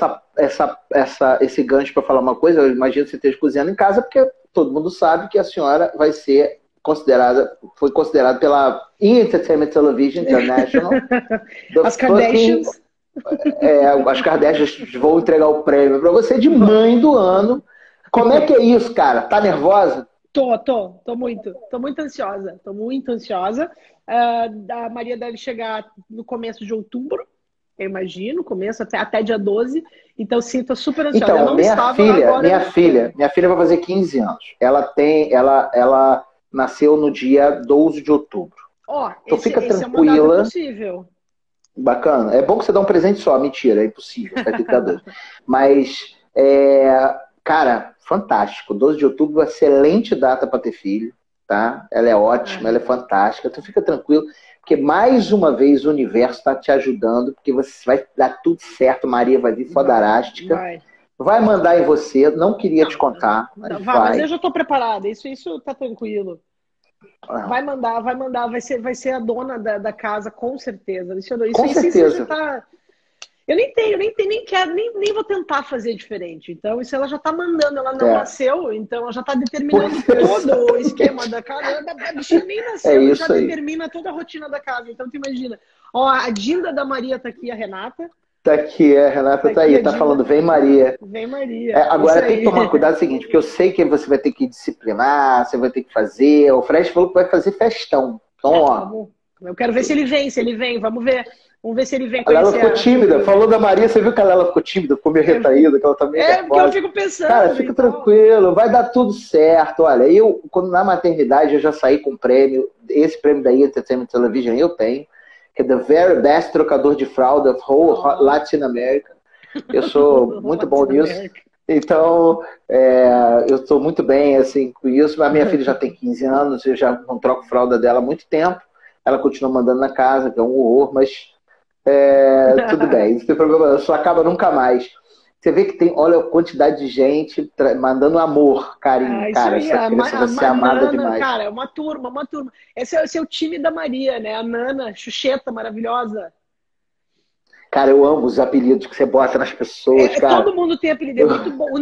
esse gancho para falar uma coisa. Eu imagino que você esteja cozinhando em casa, porque todo mundo sabe que a senhora vai ser foi considerada pela Entertainment Television International. As Kardashians. As Kardashians vão entregar o prêmio para você de mãe do ano. Como é que é isso, cara? Tá nervosa? Tô muito ansiosa. A Maria deve chegar no começo de outubro, eu imagino, começo até dia 12. Então, sim, tô super ansiosa. Então, minha filha vai fazer 15 anos. Ela nasceu no dia 12 de outubro. Então fica tranquila. É uma data possível. Bacana. É bom que você dá um presente só. Mentira, é impossível. Vai ter que dar dois. Mas, cara, fantástico. 12 de outubro, uma excelente data para ter filho, tá? Ela é ótima, ela é fantástica. Então fica tranquilo, porque mais uma vez o universo está te ajudando, porque você vai dar tudo certo. Maria vai vir fodarástica. Vai mandar em você. Não queria te contar, mas eu já estou preparada. Isso tá tranquilo. Vai mandar, vai ser a dona da casa, com certeza. Com certeza. Já tá... Eu nem quero, nem vou tentar fazer diferente. Então, isso ela já tá mandando, ela não nasceu, então ela já tá determinando todo o esquema da casa. A bichinha nem nasceu, já determina toda a rotina da casa. Então, tu imagina. Ó, a Dinda da Maria tá aqui, a Renata. Tá aqui, a Renata tá aí, tá falando, vem Maria. Vem Maria. Agora tem que tomar cuidado, é o seguinte, porque eu sei que você vai ter que disciplinar, você vai ter que fazer. O Fred falou que vai fazer festão. Então, ó. Eu quero ver se ele vem, vamos ver. Vamos ver se ele vem conhecer. Ela ficou tímida, falou da Maria, você viu que ela ficou tímida, ficou meio retraída, que ela tá meio porque eu fico pensando. Cara, fica tranquilo, vai dar tudo certo. Olha, quando na maternidade, eu já saí com um prêmio, esse prêmio da Entertainment Television eu tenho, que é The Very Best Trocador de Fralda of Whole Latin America. Eu sou muito bom nisso. Então, eu estou muito bem assim, com isso. A minha filha já tem 15 anos, eu já não troco fralda dela há muito tempo. Ela continua mandando na casa, que é um horror, mas tudo bem, não tem problema, só acaba nunca mais. Você vê que tem, olha a quantidade de gente mandando amor, carinho. Cara, essa criança vai ser amada demais. Cara, é uma turma. Esse é o time da Maria, né? A Nana, Xuxeta, maravilhosa. Cara, eu amo os apelidos que você bota nas pessoas, cara. Todo mundo tem apelido, é muito bom. O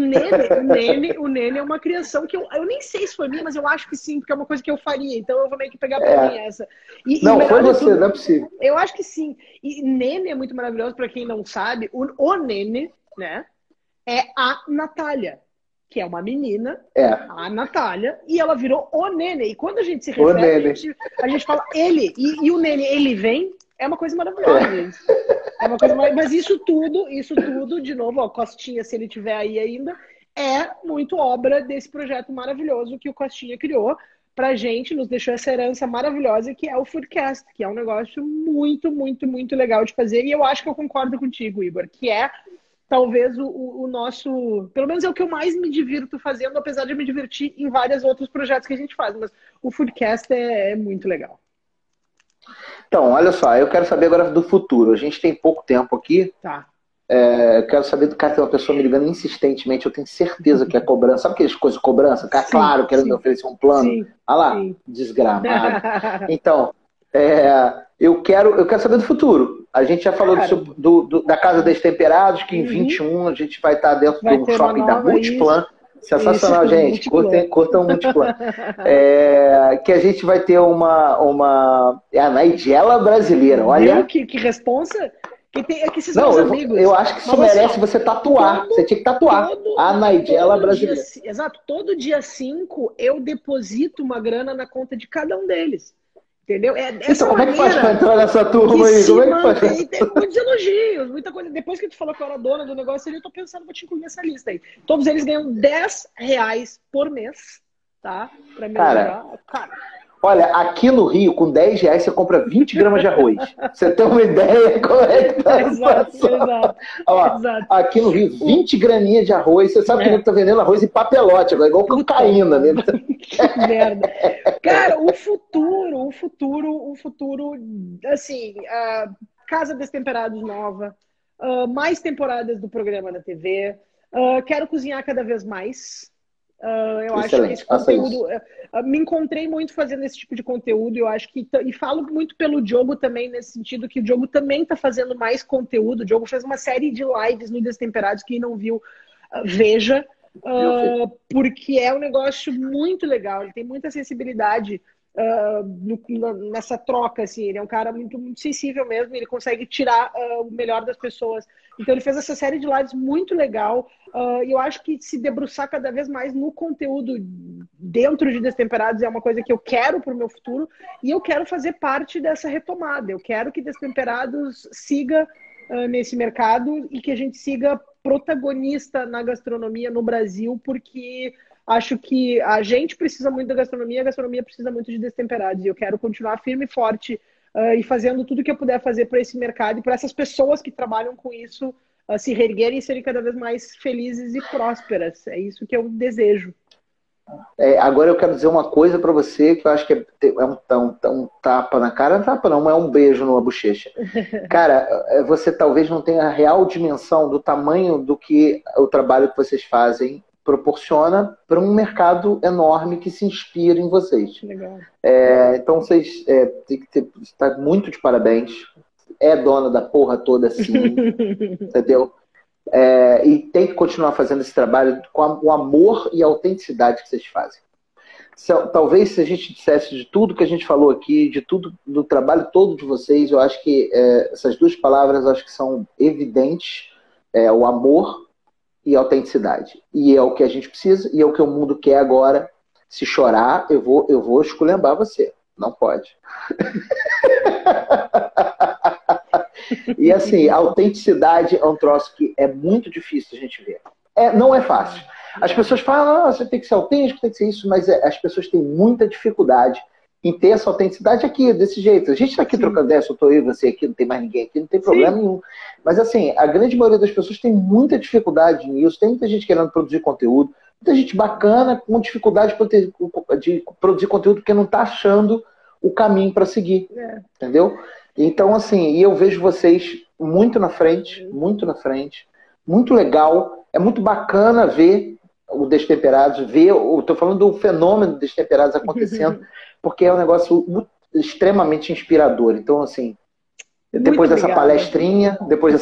Nene é uma criação que eu nem sei se foi minha, mas eu acho que sim, porque é uma coisa que eu faria. Então eu vou meio que pegar pra mim essa. Não, foi você, não é possível. Eu acho que sim. E Nene é muito maravilhoso, pra quem não sabe. O Nene, né, é a Natália, que é uma menina, a Natália, e ela virou o Nene. E quando a gente se refere, a gente fala ele. E o Nene, ele vem, é uma coisa maravilhosa, gente. É uma coisa mas isso tudo, de novo, ó, Costinha, se ele tiver aí ainda, é muito obra desse projeto maravilhoso que o Costinha criou pra gente, nos deixou essa herança maravilhosa que é o Foodcast, que é um negócio muito, muito, muito legal de fazer. E eu acho que eu concordo contigo, Igor, que é talvez o nosso... Pelo menos é o que eu mais me divirto fazendo, apesar de me divertir em vários outros projetos que a gente faz. Mas o Foodcast é muito legal. Então, olha só, eu quero saber agora do futuro. A gente tem pouco tempo aqui. Tá. Eu quero saber do cara, tem uma pessoa me ligando insistentemente, eu tenho certeza que é cobrança. Sabe aquelas coisas de cobrança? Cara, claro, querendo me oferecer um plano. Olha lá, desgramado. Então, eu quero saber do futuro. A gente já falou da Casa Destemperados, que em 21 a gente vai estar dentro do shopping da Multiplan. Sensacional, isso, gente. Curtam o Multiplan. Que a gente vai ter uma a Nigella brasileira. Olha. Que responsa. Que esses amigos. Eu acho que isso merece você tatuar. Você tinha que tatuar. A Nigella brasileira. Exato. Todo dia 5 eu deposito uma grana na conta de cada um deles. Entendeu? Então, como é que faz para entrar nessa turma aí? Como é que faz? Tem muitos elogios, muita coisa. Depois que tu falou que eu era dona do negócio, eu tô pensando, vou te incluir nessa lista aí. Todos eles ganham R$10 por mês, tá? Pra me Cara, olha, aqui no Rio, com R$10 você compra 20 gramas de arroz. Você tem uma ideia como é que tá? Exato. Aqui no Rio, 20 graminhas de arroz. Você sabe que ele tá vendendo arroz em papelote, agora, igual cocaína, né? Que merda. Cara, o futuro, assim, Casa Destemperados nova, mais temporadas do programa da TV, quero cozinhar cada vez mais. Eu acho que esse conteúdo... me encontrei muito fazendo esse tipo de conteúdo, eu acho que... E falo muito pelo Diogo também, nesse sentido que o Diogo também está fazendo mais conteúdo. O Diogo fez uma série de lives no Destemperados, quem não viu, veja. Porque é um negócio muito legal, ele tem muita sensibilidade nessa troca, assim, ele é um cara muito, muito sensível mesmo, ele consegue tirar o melhor das pessoas. Então ele fez essa série de lives muito legal, e eu acho que se debruçar cada vez mais no conteúdo dentro de Destemperados é uma coisa que eu quero para o meu futuro, e eu quero fazer parte dessa retomada, eu quero que Destemperados siga nesse mercado e que a gente siga protagonista na gastronomia no Brasil, porque acho que a gente precisa muito da gastronomia, a gastronomia precisa muito de Destemperados, e eu quero continuar firme e forte e fazendo tudo que eu puder fazer para esse mercado e para essas pessoas que trabalham com isso se reerguerem e serem cada vez mais felizes e prósperas. É isso que eu desejo. Agora eu quero dizer uma coisa para você que eu acho que é um tapa na cara, não tapa não, é um beijo numa bochecha. Cara, você talvez não tenha a real dimensão do tamanho do que o trabalho que vocês fazem proporciona para um mercado enorme que se inspira em vocês. Legal. Então vocês têm que estar muito de parabéns. É dona da porra toda sim, entendeu? E tem que continuar fazendo esse trabalho com o amor e a autenticidade que vocês fazem. Talvez se a gente dissesse de tudo que a gente falou aqui, de tudo, do trabalho todo de vocês, eu acho que essas duas palavras eu acho que são evidentes, o amor e a autenticidade. E é o que a gente precisa, e é o que o mundo quer agora. Se chorar, eu vou esculhambar você. Não pode. E assim, a autenticidade é um troço que é muito difícil a gente ver. Não é fácil. As pessoas falam, você tem que ser autêntico, tem que ser isso, mas as pessoas têm muita dificuldade em ter essa autenticidade aqui, desse jeito. A gente está aqui trocando ideia, só estou eu e você aqui, não tem mais ninguém aqui, não tem problema nenhum. Mas assim, a grande maioria das pessoas tem muita dificuldade nisso, tem muita gente querendo produzir conteúdo, muita gente bacana com dificuldade de produzir conteúdo porque não está achando o caminho para seguir, entendeu? Então, assim, e eu vejo vocês muito na frente, muito legal, é muito bacana ver o Destemperados, estou falando do fenômeno Destemperados acontecendo, porque é um negócio extremamente inspirador. Então, assim, depois dessa palestrinha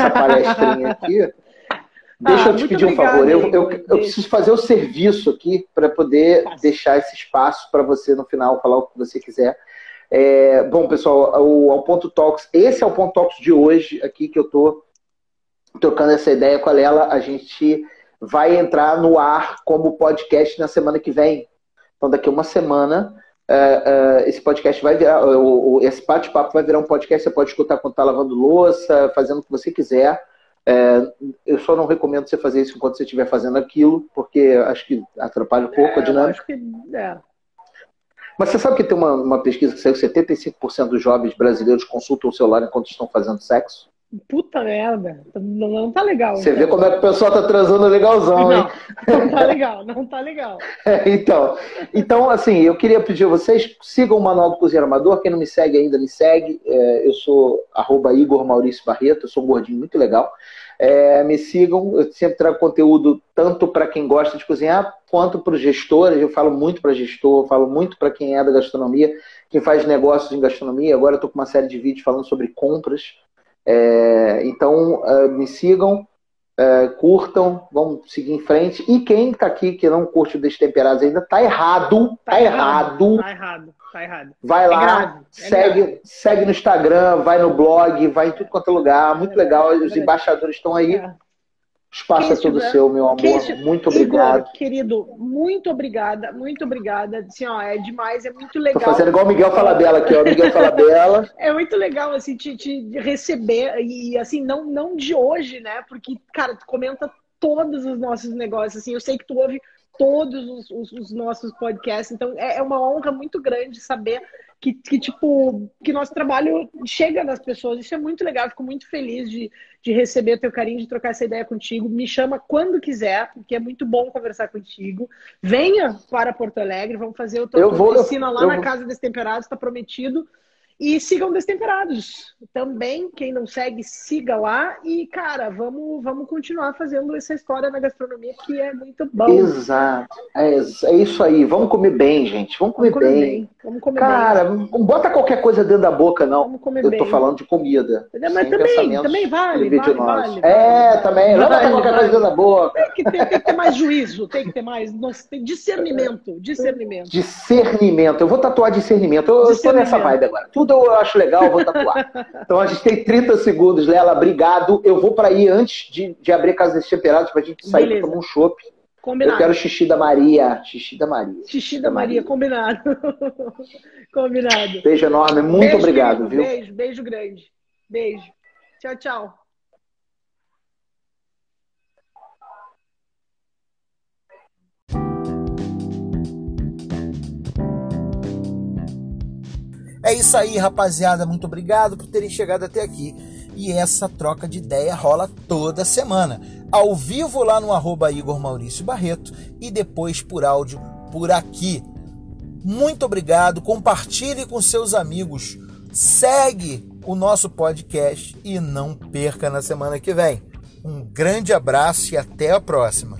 aqui, deixa eu te pedir um favor, eu preciso fazer o serviço aqui para poder deixar esse espaço para você no final falar o que você quiser. Bom, pessoal, o Ponto Talks, esse é o Ponto Talks de hoje aqui que eu tô trocando essa ideia com a Lela. A gente vai entrar no ar como podcast na semana que vem. Então daqui a uma semana esse podcast vai virar, esse bate-papo vai virar um podcast. Você pode escutar quando tá lavando louça, fazendo o que você quiser. Eu só não recomendo você fazer isso enquanto você estiver fazendo aquilo, porque acho que atrapalha um pouco a dinâmica. Acho que Mas você sabe que tem uma pesquisa que saiu que 75% dos jovens brasileiros consultam o celular enquanto estão fazendo sexo? Puta merda. Não tá legal. Você vê como é que o pessoal tá transando legalzão, hein? Não tá legal, não tá legal. Então, assim, eu queria pedir a vocês, sigam o Manual do Cozinheiro Amador. Quem não me segue ainda, me segue. Eu sou @Igor Maurício Barreto, eu sou um gordinho muito legal. Me sigam, eu sempre trago conteúdo tanto para quem gosta de cozinhar, quanto para os gestores. Eu falo muito para gestor, eu falo muito para quem é da gastronomia, quem faz negócios em gastronomia. Agora eu estou com uma série de vídeos falando sobre compras. Então, me sigam, curtam, vamos seguir em frente. E quem está aqui que não curte o Destemperados ainda, tá errado. Tá errado. Vai lá, segue no Instagram, vai no blog, vai em tudo quanto é lugar. Muito legal, os embaixadores estão aí. Espaço é todo seu, meu amor. Muito obrigado. Igor, querido, muito obrigada, muito obrigada. Assim, ó, é demais, é muito legal. Tô fazendo igual o Miguel Falabella aqui, ó. Miguel Falabella. É muito legal, assim, te receber. E, assim, não de hoje, né? Porque, cara, tu comenta todos os nossos negócios. Assim, eu sei que tu ouve todos os nossos podcasts. Então, é uma honra muito grande saber que nosso trabalho chega nas pessoas. Isso é muito legal, fico muito feliz de receber teu carinho, de trocar essa ideia contigo. Me chama quando quiser, porque é muito bom conversar contigo. Venha para Porto Alegre, vamos fazer o tua oficina lá na Casa Destemperados, está prometido. E sigam Destemperados. Também, quem não segue, siga lá. E, cara, vamos continuar fazendo essa história na gastronomia, que é muito bom. Exato. É isso aí. Vamos comer bem, gente. Vamos comer bem. Vamos comer cara, bem. Não bota qualquer coisa dentro da boca, não. Vamos comer Eu bem. tô falando de comida. Mas também vale. Também. Não bota qualquer coisa dentro da boca. Tem que ter mais juízo. Tem que ter mais discernimento. Discernimento. Eu vou tatuar discernimento. Eu tô nessa vibe agora. Tudo eu acho legal, eu vou tatuar. Então a gente tem 30 segundos, Lela. Obrigado. Eu vou para aí antes de abrir a Casa Destemperados pra gente sair pra tomar um chopp. Combinado. Eu quero xixi da Maria. Xixi da Maria, combinado. Combinado. Beijo enorme, muito obrigado, querido. viu? Beijo grande. Beijo. Tchau, tchau. É isso aí, rapaziada. Muito obrigado por terem chegado até aqui. E essa troca de ideia rola toda semana. Ao vivo lá no @Igor Maurício Barreto e depois por áudio por aqui. Muito obrigado. Compartilhe com seus amigos. Segue o nosso podcast e não perca na semana que vem. Um grande abraço e até a próxima.